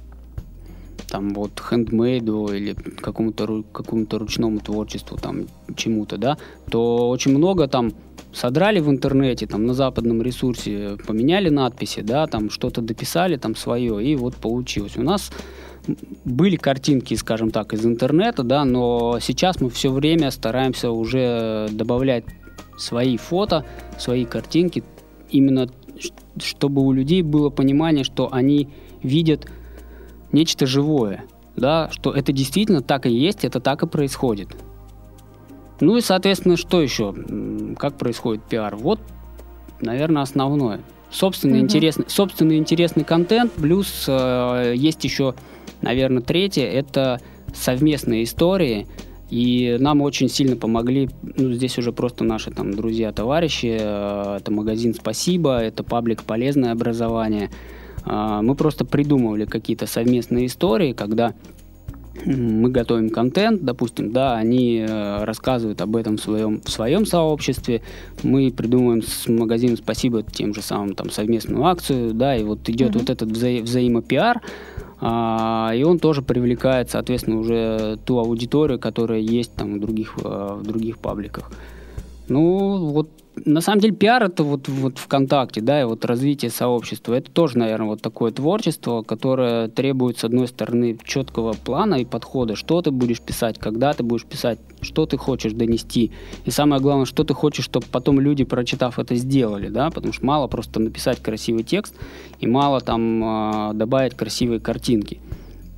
там вот хендмейду или какому-то, какому-то ручному творчеству, там, чему-то, да, то очень много там содрали в интернете, там, на западном ресурсе, поменяли надписи, да, там, что-то дописали там свое, и вот получилось. У нас были картинки, скажем так, из интернета, да, но сейчас мы все время стараемся уже добавлять свои фото, свои картинки, именно чтобы у людей было понимание, что они видят нечто живое, да, что это действительно так и есть, это так и происходит. Ну и, соответственно, что еще? Как происходит пиар? Вот, наверное, основное. Собственный, mm-hmm. интересный, собственный интересный контент, плюс э, есть еще, наверное, третье, это совместные истории, и нам очень сильно помогли, ну, здесь уже просто наши там друзья, товарищи, э, это магазин «Спасибо», это паблик «Полезное образование». Мы просто придумывали какие-то совместные истории, когда мы готовим контент, допустим, да, они рассказывают об этом в своем, в своем сообществе, мы придумываем с магазином «Спасибо» тем же самым там совместную акцию, да, и вот идет mm-hmm. вот этот вза- взаимопиар, а, и он тоже привлекает, соответственно, уже ту аудиторию, которая есть там в других, в других пабликах. Ну, вот на самом деле пиар — это вот, вот ВКонтакте, да, и вот развитие сообщества. Это тоже, наверное, вот такое творчество, которое требует, с одной стороны, четкого плана и подхода. Что ты будешь писать, когда ты будешь писать, что ты хочешь донести. И самое главное, что ты хочешь, чтобы потом люди, прочитав это, сделали, да, потому что мало просто написать красивый текст и мало там добавить красивые картинки.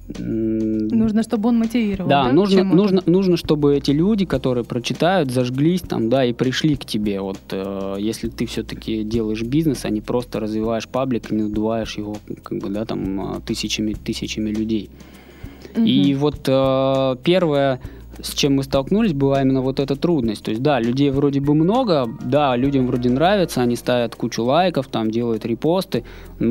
Нужно, чтобы он мотивировал. Да, да нужно, нужно, нужно, чтобы эти люди, которые прочитают, зажглись там, да, и пришли к тебе. Вот э, если ты все-таки делаешь бизнес, а не просто развиваешь паблик и не надуваешь его, как бы, да, там, тысячами, тысячами людей. Угу. И вот э, первое, с чем мы столкнулись, была именно вот эта трудность. То есть, да, людей вроде бы много, да, людям вроде нравится, они ставят кучу лайков, там, делают репосты,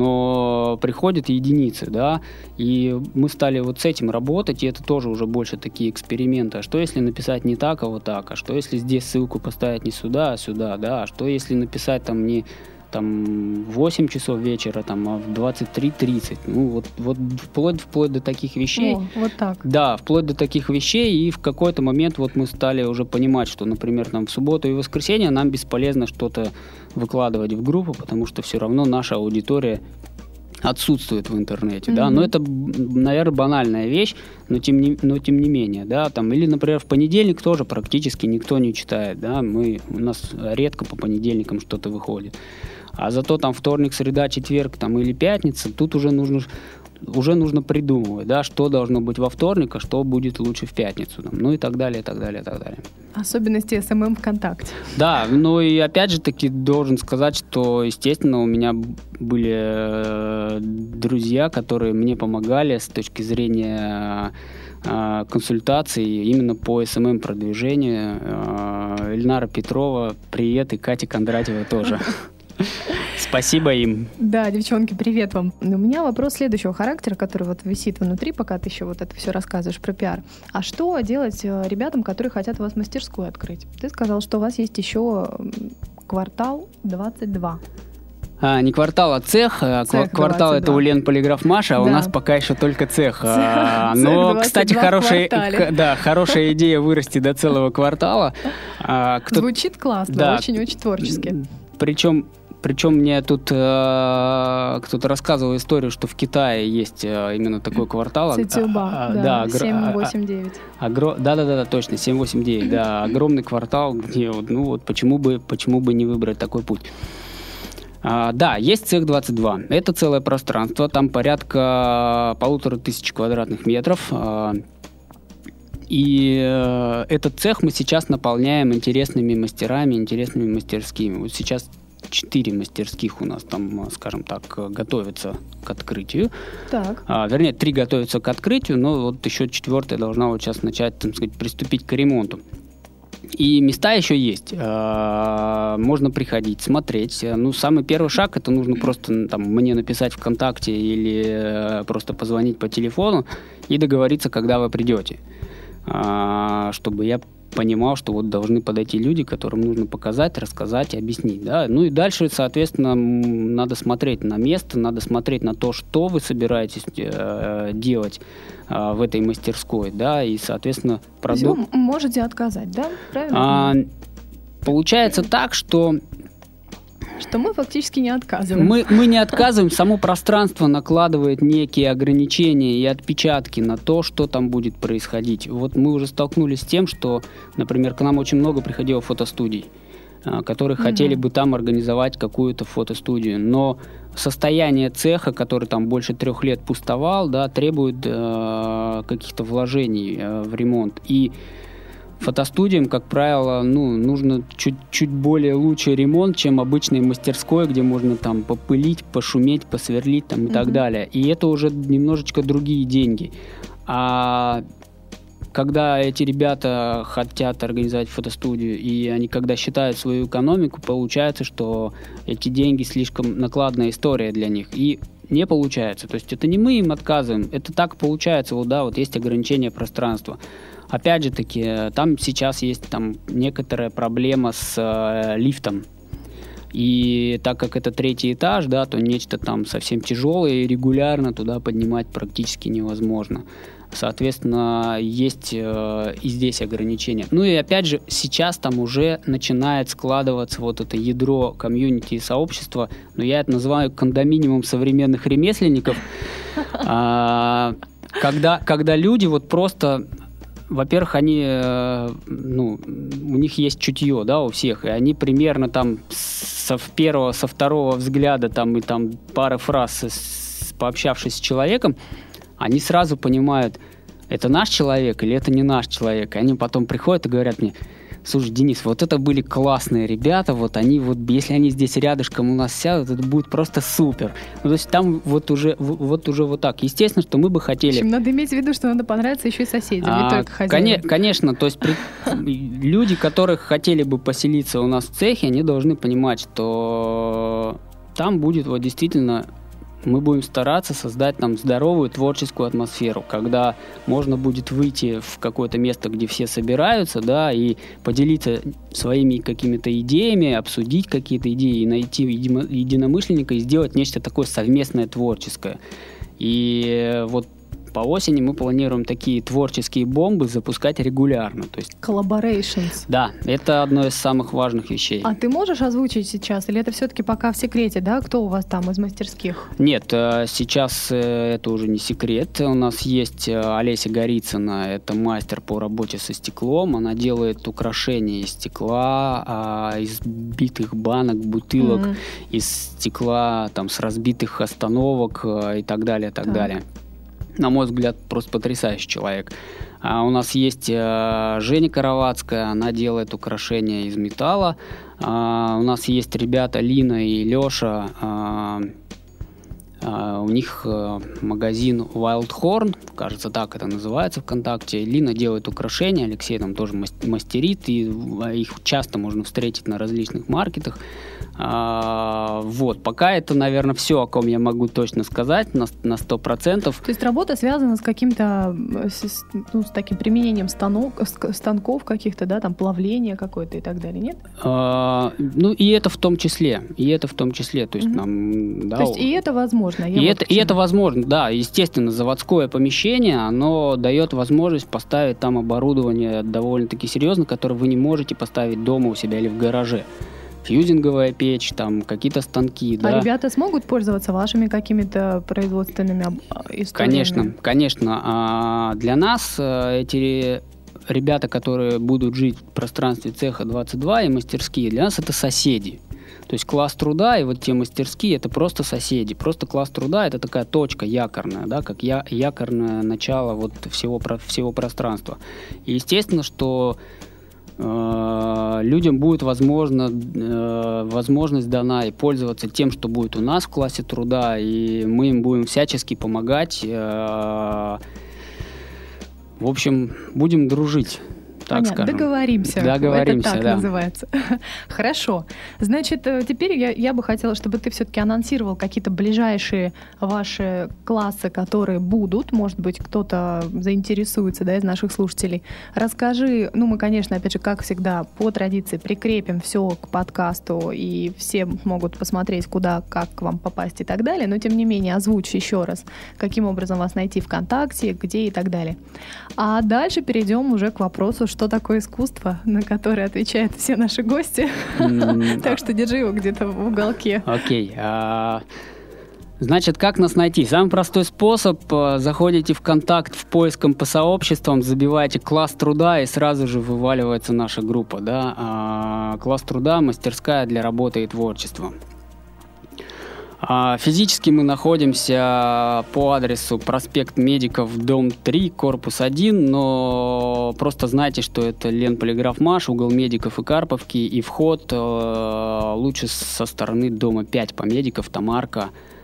но приходят единицы, да, и мы стали вот с этим работать, и это тоже уже больше такие эксперименты. А что, если написать не так, а вот так? А что, если здесь ссылку поставить не сюда, а сюда, да? А что, если написать там не... там в восемь часов вечера, там, а в двадцать три тридцать. Ну, вот, вот вплоть, вплоть до таких вещей. О, вот так. Да, вплоть до таких вещей, и в какой-то момент вот мы стали уже понимать, что, например, там, в субботу и воскресенье нам бесполезно что-то выкладывать в группу, потому что все равно наша аудитория отсутствует в интернете, mm-hmm. да, но это, наверное, банальная вещь, но тем не, но тем не менее, да, там, или, например, в понедельник тоже практически никто не читает, да, мы, у нас редко по понедельникам что-то выходит, а зато там вторник, среда, четверг, там, или пятница, тут уже нужно, уже нужно придумывать, да, что должно быть во вторник, а что будет лучше в пятницу, там, ну и так далее, и так далее, и так далее. Особенности эс эм эм ВКонтакте. Да, ну и опять же таки должен сказать, что, естественно, у меня были э, друзья, которые мне помогали с точки зрения э, консультаций именно по эс эм эм продвижению. Э, Эльнара Петрова, привет, и Катя Кондратьева тоже. Спасибо им. Да, девчонки, привет вам. У меня вопрос следующего характера, который вот висит внутри, пока ты еще вот это все рассказываешь про пиар. А что делать ребятам, которые хотят у вас мастерскую открыть? Ты сказал, что у вас есть еще квартал двадцать два. А, не квартал, а цех. цех квартал это у Лен Полиграф Маша, а да. У нас пока еще только цех. А, но, кстати, хорошая, к, да, хорошая идея вырасти до целого квартала. А, кто... Звучит классно, да, очень-очень творчески. Причем Причем мне тут э, кто-то рассказывал историю, что в Китае есть э, именно такой квартал. Цитюба, а, да, да, семь восемь девять. Огро... Да, да, да, да, точно, семь восемь девять, да, огромный квартал, где, ну вот, почему бы, почему бы не выбрать такой путь. А, да, есть цех двадцать два. Это целое пространство, там порядка полутора тысяч квадратных метров. А, и э, этот цех мы сейчас наполняем интересными мастерами, интересными мастерскими. Вот сейчас четыре мастерских у нас там, скажем так, готовятся к открытию. Так. А, вернее, три готовятся к открытию, но вот еще четвертая должна вот сейчас начать, так сказать, приступить к ремонту. И места еще есть. А, можно приходить, смотреть. Ну, самый первый шаг, это нужно просто там, мне написать ВКонтакте или просто позвонить по телефону и договориться, когда вы придете. А, чтобы я понимал, что вот должны подойти люди, которым нужно показать, рассказать и объяснить. Да? Ну и дальше, соответственно, надо смотреть на место, надо смотреть на то, что вы собираетесь э, делать э, в этой мастерской, да, и, соответственно, продукт... Вы можете отказать, да? Правильно? А, получается так, что... Что мы фактически не отказываем. Мы, мы не отказываем, само пространство накладывает некие ограничения и отпечатки на то, что там будет происходить. Вот мы уже столкнулись с тем, что, например, к нам очень много приходило фотостудий, которые mm-hmm. хотели бы там организовать какую-то фотостудию, но состояние цеха, который там больше трех лет пустовал, да, требует э, каких-то вложений э, в ремонт. И фотостудиям, как правило, ну, нужно чуть-чуть более лучший ремонт, чем обычной мастерской, где можно там попылить, пошуметь, посверлить там, и mm-hmm. так далее. И это уже немножечко другие деньги. А когда эти ребята хотят организовать фотостудию, и они когда считают свою экономику, получается, что эти деньги слишком накладная история для них. И не получается. То есть это не мы им отказываем, это так получается. Вот, да, вот есть ограничение пространства. Опять же таки, там сейчас есть там некоторая проблема с э, лифтом. И так как это третий этаж, да, то нечто там совсем тяжелое и регулярно туда поднимать практически невозможно. Соответственно, есть э, и здесь ограничения. Ну и опять же, сейчас там уже начинает складываться вот это ядро комьюнити и сообщества, но я это называю кондоминиумом современных ремесленников, когда, когда люди вот просто... Во-первых, они, ну, у них есть чутье, да, у всех, и они примерно там со первого, со второго взгляда там и там пары фраз, с, пообщавшись с человеком, они сразу понимают, это наш человек или это не наш человек. И они потом приходят и говорят мне: слушай, Денис, вот это были классные ребята, вот они вот, если они здесь рядышком у нас сядут, это будет просто супер. Ну, то есть там вот уже вот уже вот так. Естественно, что мы бы хотели... В общем, надо иметь в виду, что надо понравиться еще и соседям, а, не только хозяевам. Кон- конечно, то есть при... люди, которые хотели бы поселиться у нас в цехе, они должны понимать, что там будет вот действительно... Мы будем стараться создать там здоровую творческую атмосферу, когда можно будет выйти в какое-то место, где все собираются, да, и поделиться своими какими-то идеями, обсудить какие-то идеи, найти единомышленника и сделать нечто такое совместное творческое. И вот по осени мы планируем такие творческие бомбы запускать регулярно. То есть, collaborations. Да, это одно из самых важных вещей. А ты можешь озвучить сейчас, или это все-таки пока в секрете, да? Кто у вас там из мастерских? Нет, сейчас это уже не секрет. У нас есть Олеся Горицына, это мастер по работе со стеклом. Она делает украшения из стекла, из битых банок, бутылок, mm-hmm. из стекла там, с разбитых остановок и так далее, так, так. далее. На мой взгляд, просто потрясающий человек. А у нас есть э, Женя Каравацкая, она делает украшения из металла. А у нас есть ребята Лина и Леша. А, а, у них э, магазин Wild Horn, кажется, так это называется ВКонтакте. Лина делает украшения, Алексей там тоже мастерит, и их часто можно встретить на различных маркетах. А, вот, пока это, наверное, все, о ком я могу точно сказать на, на сто процентов. То есть работа связана с каким-то, с, ну, с таким применением станок, станков каких-то, да, там плавление какое-то и так далее, нет? А, ну, и это в том числе, и это в том числе, то есть угу. нам... Да, то есть и это возможно? И, вот это, и это возможно, да, естественно, заводское помещение, оно дает возможность поставить там оборудование довольно-таки серьезно, которое вы не можете поставить дома у себя или в гараже. Фьюзинговая печь, там какие-то станки. А да. ребята смогут пользоваться вашими какими-то производственными историями? Конечно, конечно. А для нас эти ребята, которые будут жить в пространстве цеха двадцать два и мастерские, для нас это соседи. То есть класс труда и вот те мастерские — это просто соседи. Просто класс труда — это такая точка якорная, да, как я, якорное начало вот всего, всего пространства. И естественно, что людям будет возможно, возможность дана и пользоваться тем, что будет у нас в классе труда, и мы им будем всячески помогать. В общем, будем дружить. Так Понятно, скажем. договоримся. Договоримся, это так да. называется. Хорошо. Значит, теперь я, я бы хотела, чтобы ты все-таки анонсировал какие-то ближайшие ваши классы, которые будут. Может быть, кто-то заинтересуется, да, из наших слушателей. Расскажи, ну, мы, конечно, опять же, как всегда, по традиции прикрепим все к подкасту, и все могут посмотреть, куда, как к вам попасть и так далее. Но, тем не менее, озвучь еще раз, каким образом вас найти ВКонтакте, где и так далее. А дальше перейдем уже к вопросу, что такое искусство, на которое отвечают все наши гости. Mm. Так что держи его где-то в уголке. Окей. Okay. Uh, значит, как нас найти? Самый простой способ. Заходите в контакт в поиском по сообществам, забиваете класс труда, и сразу же вываливается наша группа. Да? Uh, класс труда, мастерская для работы и творчества. Физически мы находимся по адресу проспект Медиков, дом три, корпус один, но просто знайте, что это Ленполиграфмаш, угол Медиков и Карповки, и вход э, лучше со стороны дома пять по Медиков, Тамарка.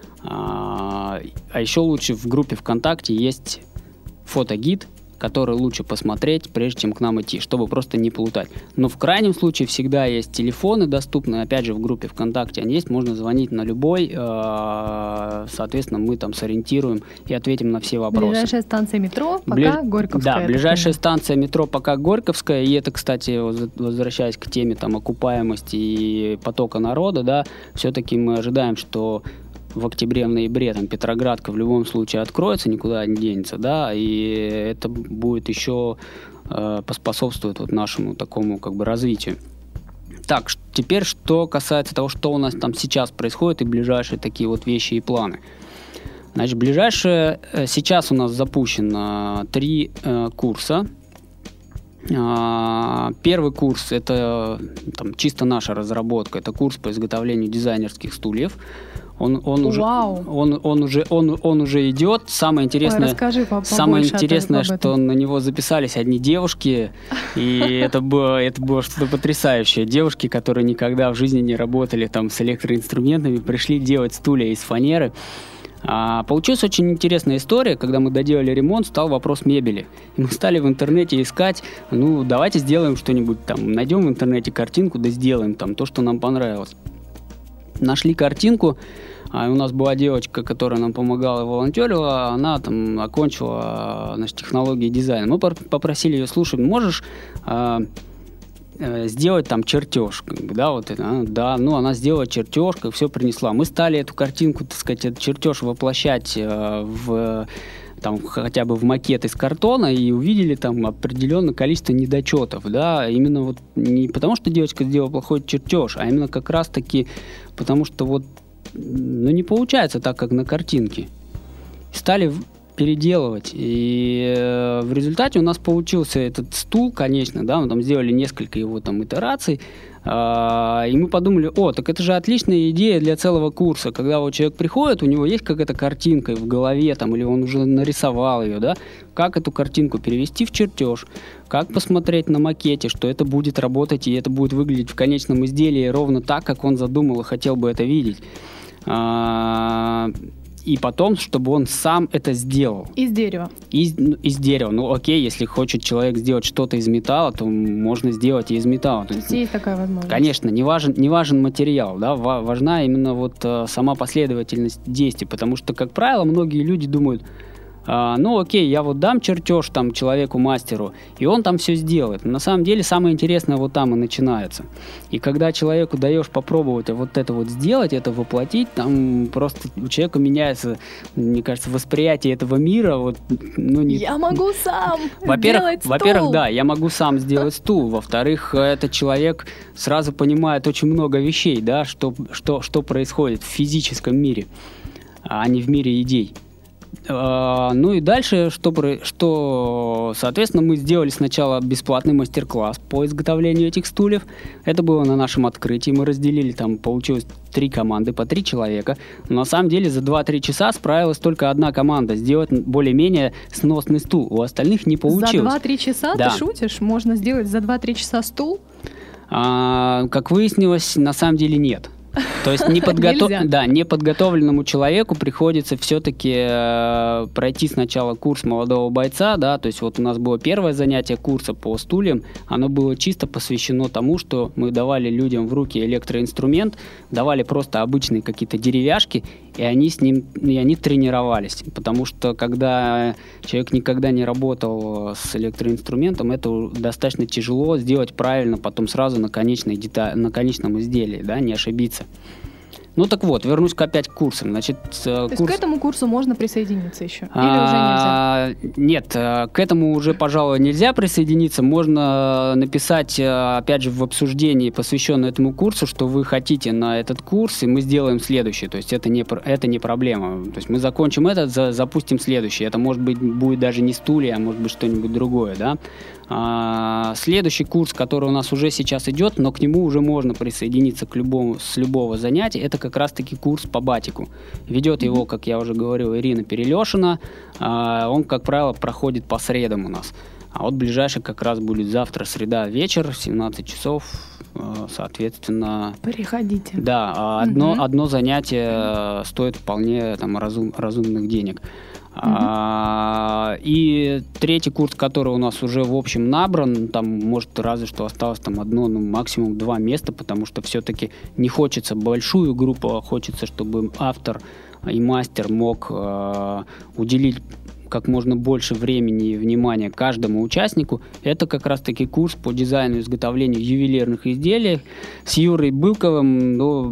А, а еще лучше в группе ВКонтакте есть фотогид, который лучше посмотреть, прежде чем к нам идти, чтобы просто не плутать. Но в крайнем случае всегда есть телефоны доступны, опять же, в группе ВКонтакте они есть, можно звонить на любой, соответственно, мы там сориентируем и ответим на все вопросы. Ближайшая станция метро пока Ближ... Горьковская. Да, ближайшая станция метро пока Горьковская, и это, кстати, возвращаясь к теме там окупаемости и потока народа, да, все-таки мы ожидаем, что в октябре, в ноябре там Петроградка в любом случае откроется, никуда не денется, да, и это будет еще э, поспособствует вот нашему такому как бы развитию. Так, теперь что касается того, что у нас там сейчас происходит и ближайшие такие вот вещи и планы. Значит, ближайшие, сейчас у нас запущено три э, курса. Первый курс – это там, чисто наша разработка, это курс по изготовлению дизайнерских стульев. Он, он, уже, он, он, уже, он, он уже идет. Самое интересное, Ой, расскажи, по- самое интересное что на него записались одни девушки, и это было, это было что-то потрясающее. Девушки, которые никогда в жизни не работали там, с электроинструментами, пришли делать стулья из фанеры. А, получилась очень интересная история. Когда мы доделали ремонт, стал вопрос мебели. И мы стали в интернете искать, ну, давайте сделаем что-нибудь там, найдем в интернете картинку, да сделаем там то, что нам понравилось. Нашли картинку, а у нас была девочка, которая нам помогала и волонтерила, она там окончила, значит, технологии дизайна. Мы попросили ее: слушай, можешь а, а, сделать там чертеж? Как бы, да, вот это, да, ну она сделала чертеж, как все принесла. Мы стали эту картинку, так сказать, этот чертеж воплощать а, в... там, хотя бы в макет из картона, и увидели там определенное количество недочетов, да, именно вот не потому, что девочка сделала плохой чертеж, а именно как раз-таки потому, что вот, ну, не получается так, как на картинке. Стали переделывать, и э, в результате у нас получился этот стул, конечно, да, мы там сделали несколько его там итераций, Uh, и мы подумали: о, так это же отличная идея для целого курса, когда вот человек приходит, у него есть какая-то картинка в голове, там, или он уже нарисовал ее, да, как эту картинку перевести в чертеж, как посмотреть на макете, что это будет работать, и это будет выглядеть в конечном изделии ровно так, как он задумал и хотел бы это видеть. Uh, И потом, чтобы он сам это сделал. Из дерева. Из, ну, из дерева. Ну, окей, если хочет человек сделать что-то из металла, то можно сделать и из металла. То есть есть такая возможность. Конечно, не важен, не важен материал, да, важна именно вот uh, сама последовательность действий, потому что, как правило, многие люди думают: а, ну, окей, я вот дам чертеж там человеку-мастеру, и он там все сделает. Но на самом деле самое интересное вот там и начинается. И когда человеку даешь попробовать вот это вот сделать, это воплотить, там просто у человека меняется, мне кажется, восприятие этого мира. Вот, ну, не... Я могу сам во-первых, сделать стул. Во-первых, да, я могу сам сделать стул. Во-вторых, этот человек сразу понимает очень много вещей, да, что, что, что происходит в физическом мире, а не в мире идей. Uh, ну и дальше, что, что, соответственно, мы сделали сначала бесплатный мастер-класс по изготовлению этих стульев. Это было на нашем открытии. Мы разделили, там получилось три команды по три человека. Но на самом деле за два-три часа справилась только одна команда сделать более-менее сносный стул. У остальных не получилось. За два-три часа? Да. Ты шутишь? Можно сделать за два-три часа стул? Uh, как выяснилось, на самом деле нет. То есть неподготов... да, неподготовленному человеку приходится все-таки э, пройти сначала курс молодого бойца, да, то есть вот у нас было первое занятие курса по стульям, оно было чисто посвящено тому, что мы давали людям в руки электроинструмент, давали просто обычные какие-то деревяшки, и они с ним, и они тренировались, потому что когда человек никогда не работал с электроинструментом, это достаточно тяжело сделать правильно потом сразу на конечной детали, на конечном изделии, да, не ошибиться. Ну так вот, вернусь опять к курсам. Значит, То курс... есть к этому курсу можно присоединиться еще? Или а, уже нельзя? Нет, к этому уже, пожалуй, нельзя присоединиться. Можно написать, опять же, в обсуждении, посвященном этому курсу, что вы хотите на этот курс, и мы сделаем следующий. То есть это не, это не проблема. То есть мы закончим этот, за, запустим следующий. Это, может быть, будет даже не стулья, а может быть что-нибудь другое, да? А, следующий курс, который у нас уже сейчас идет, но к нему уже можно присоединиться к любому, с любого занятия, это как раз-таки курс по батику. Ведет его, как я уже говорил, Ирина Перелешина. А, он, как правило, проходит по средам у нас. А вот ближайший как раз будет завтра, среда, вечер, семнадцать часов, соответственно... Приходите. Да, одно, угу. одно занятие стоит вполне там, разум, разумных денег. Uh-huh. А, и третий курс, который у нас уже в общем набран, там может разве что осталось там одно, ну максимум два места, потому что все-таки не хочется большую группу, а хочется, чтобы автор и мастер мог э, уделить как можно больше времени и внимания каждому участнику. Это как раз-таки курс по дизайну и изготовлению ювелирных изделий с Юрой Быковым. Ну,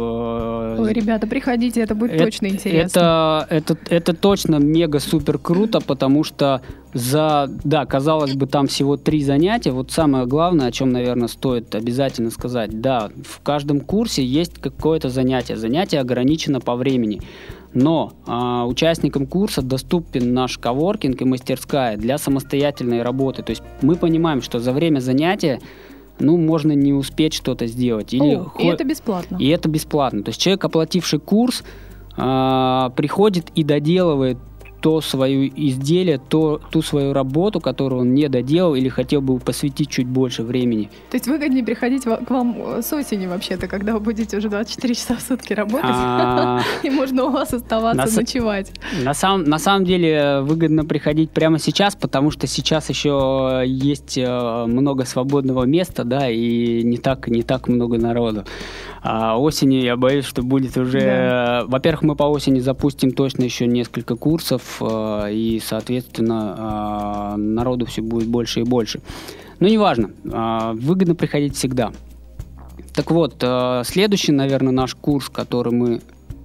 э, Ой, ребята, приходите, это будет это, точно Это, интересно. это, это точно мега-супер круто, потому что за, да, казалось бы, там всего три занятия. Вот самое главное, о чем, наверное, стоит обязательно сказать. Да, в каждом курсе есть какое-то занятие. Занятие ограничено по времени. Но а, участникам курса доступен наш коворкинг и мастерская для самостоятельной работы. То есть мы понимаем, что за время занятия ну, можно не успеть что-то сделать. Или О, хо... И это бесплатно. И это бесплатно. То есть человек, оплативший курс, а, приходит и доделывает то свое изделие, то, ту свою работу, которую он не доделал или хотел бы посвятить чуть больше времени. То есть выгоднее приходить к вам с осени вообще-то, когда вы будете уже двадцать четыре часа в сутки работать, и можно у вас оставаться, ночевать. На самом деле выгодно приходить прямо сейчас, потому что сейчас еще есть много свободного места, да, и не так, не так много народу. А осенью я боюсь, что будет уже... Да. Во-первых, мы по осени запустим точно еще несколько курсов, и, соответственно, народу все будет больше и больше. Но неважно, выгодно приходить всегда. Так вот, следующий, наверное, наш курс, который мы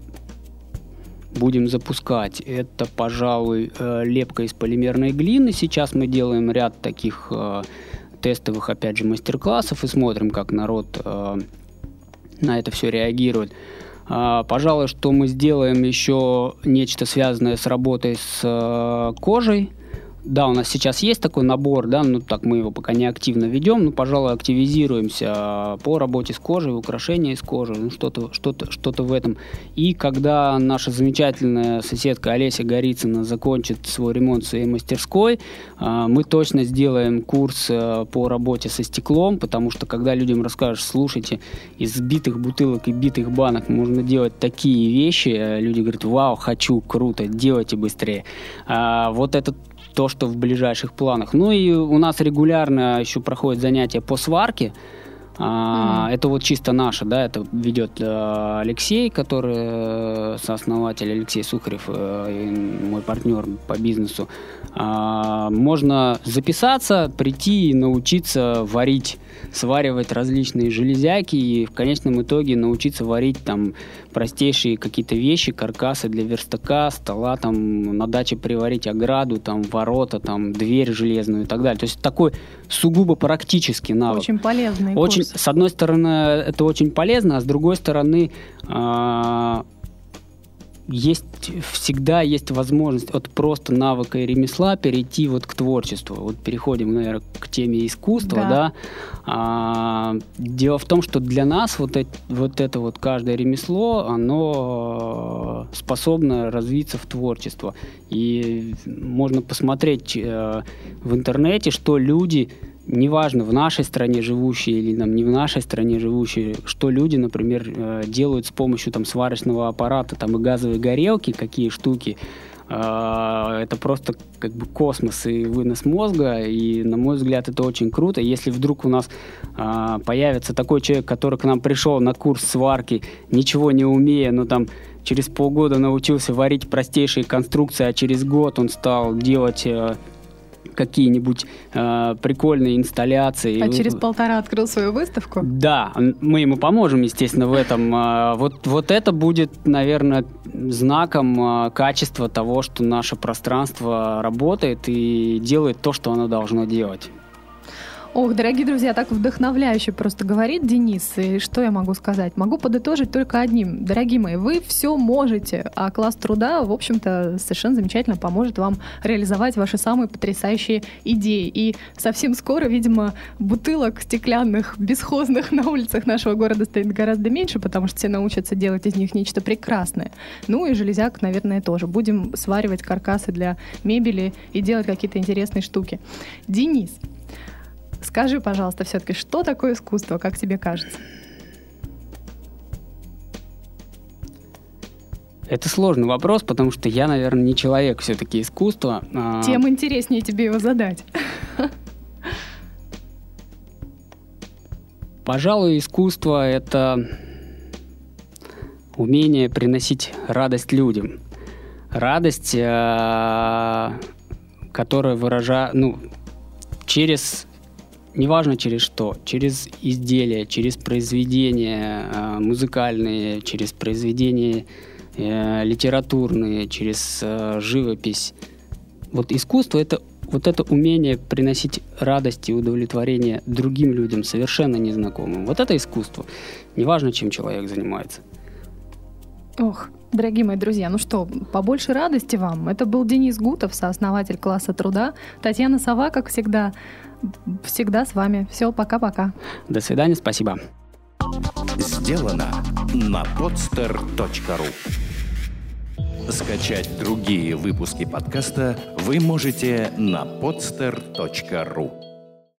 будем запускать, это, пожалуй, лепка из полимерной глины. Сейчас мы делаем ряд таких тестовых, опять же, мастер-классов и смотрим, как народ на это все реагирует. А, пожалуй, что мы сделаем еще нечто связанное с работой с кожей. Да, у нас сейчас есть такой набор, да, ну так мы его пока не активно ведем, но, пожалуй, активизируемся по работе с кожей, украшения из кожи, ну что-то, что-то, что-то в этом. И когда наша замечательная соседка Олеся Горицына закончит свой ремонт в своей мастерской, мы точно сделаем курс по работе со стеклом, потому что когда людям расскажешь, слушайте, из битых бутылок и битых банок можно делать такие вещи, люди говорят, вау, хочу, круто, делайте быстрее. Вот этот то, что в ближайших планах. Ну и у нас регулярно еще проходят занятия по сварке. Mm-hmm. Это вот чисто наше, да, это ведет Алексей, который сооснователь, Алексей Сухарев, мой партнер по бизнесу. Можно записаться, прийти и научиться варить, сваривать различные железяки и в конечном итоге научиться варить там простейшие какие-то вещи, каркасы для верстака, стола, там на даче приварить ограду, там ворота, там дверь железную и так далее. То есть такой сугубо практический навык. Очень полезный очень, курс. С одной стороны, это очень полезно, а с другой стороны, э- есть, всегда есть возможность от просто навыка и ремесла перейти вот к творчеству. Вот переходим, наверное, к теме искусства, да. да? А, дело в том, что для нас вот, это, вот это вот каждое ремесло, оно способно развиться в творчество. И можно посмотреть э, в интернете, что люди, неважно, в нашей стране живущие или там, не в нашей стране живущие, что люди, например, делают с помощью там, сварочного аппарата там, и газовой горелки, какие штуки. Это просто как бы космос и вынос мозга, и, на мой взгляд, это очень круто. Если вдруг у нас появится такой человек, который к нам пришел на курс сварки, ничего не умея, но там через полгода научился варить простейшие конструкции, а через год он стал делать какие-нибудь э, прикольные инсталляции. А через полтора открыл свою выставку? Да, мы ему поможем, естественно, в этом. Вот, вот это будет, наверное, знаком э, качества того, что наше пространство работает и делает то, что оно должно делать. Ох, дорогие друзья, так вдохновляюще просто говорит Денис. И что я могу сказать? Могу подытожить только одним. Дорогие мои, вы все можете, а класс труда, в общем-то, совершенно замечательно поможет вам реализовать ваши самые потрясающие идеи. И совсем скоро, видимо, бутылок стеклянных, бесхозных на улицах нашего города станет гораздо меньше, потому что все научатся делать из них нечто прекрасное. Ну и железяк, наверное, тоже. Будем сваривать каркасы для мебели и делать какие-то интересные штуки. Денис, скажи, пожалуйста, все-таки, что такое искусство, как тебе кажется? Это сложный вопрос, потому что я, наверное, не человек все-таки искусства. А... Тем интереснее тебе его задать. Пожалуй, искусство — это умение приносить радость людям. Радость, которая выражает, ну, через... Неважно через что, через изделия, через произведения э, музыкальные, через произведения э, литературные, через э, живопись. Вот искусство — это вот это умение приносить радость и удовлетворение другим людям, совершенно незнакомым. Вот это искусство. Неважно, чем человек занимается. Ох, дорогие мои друзья, ну что, побольше радости вам. Это был Денис Гутов, сооснователь класса труда. Татьяна Сова, как всегда, всегда с вами. Все, пока-пока. До свидания, спасибо. Сделано на podster точка ру. Скачать другие выпуски подкаста вы можете на podster точка ру.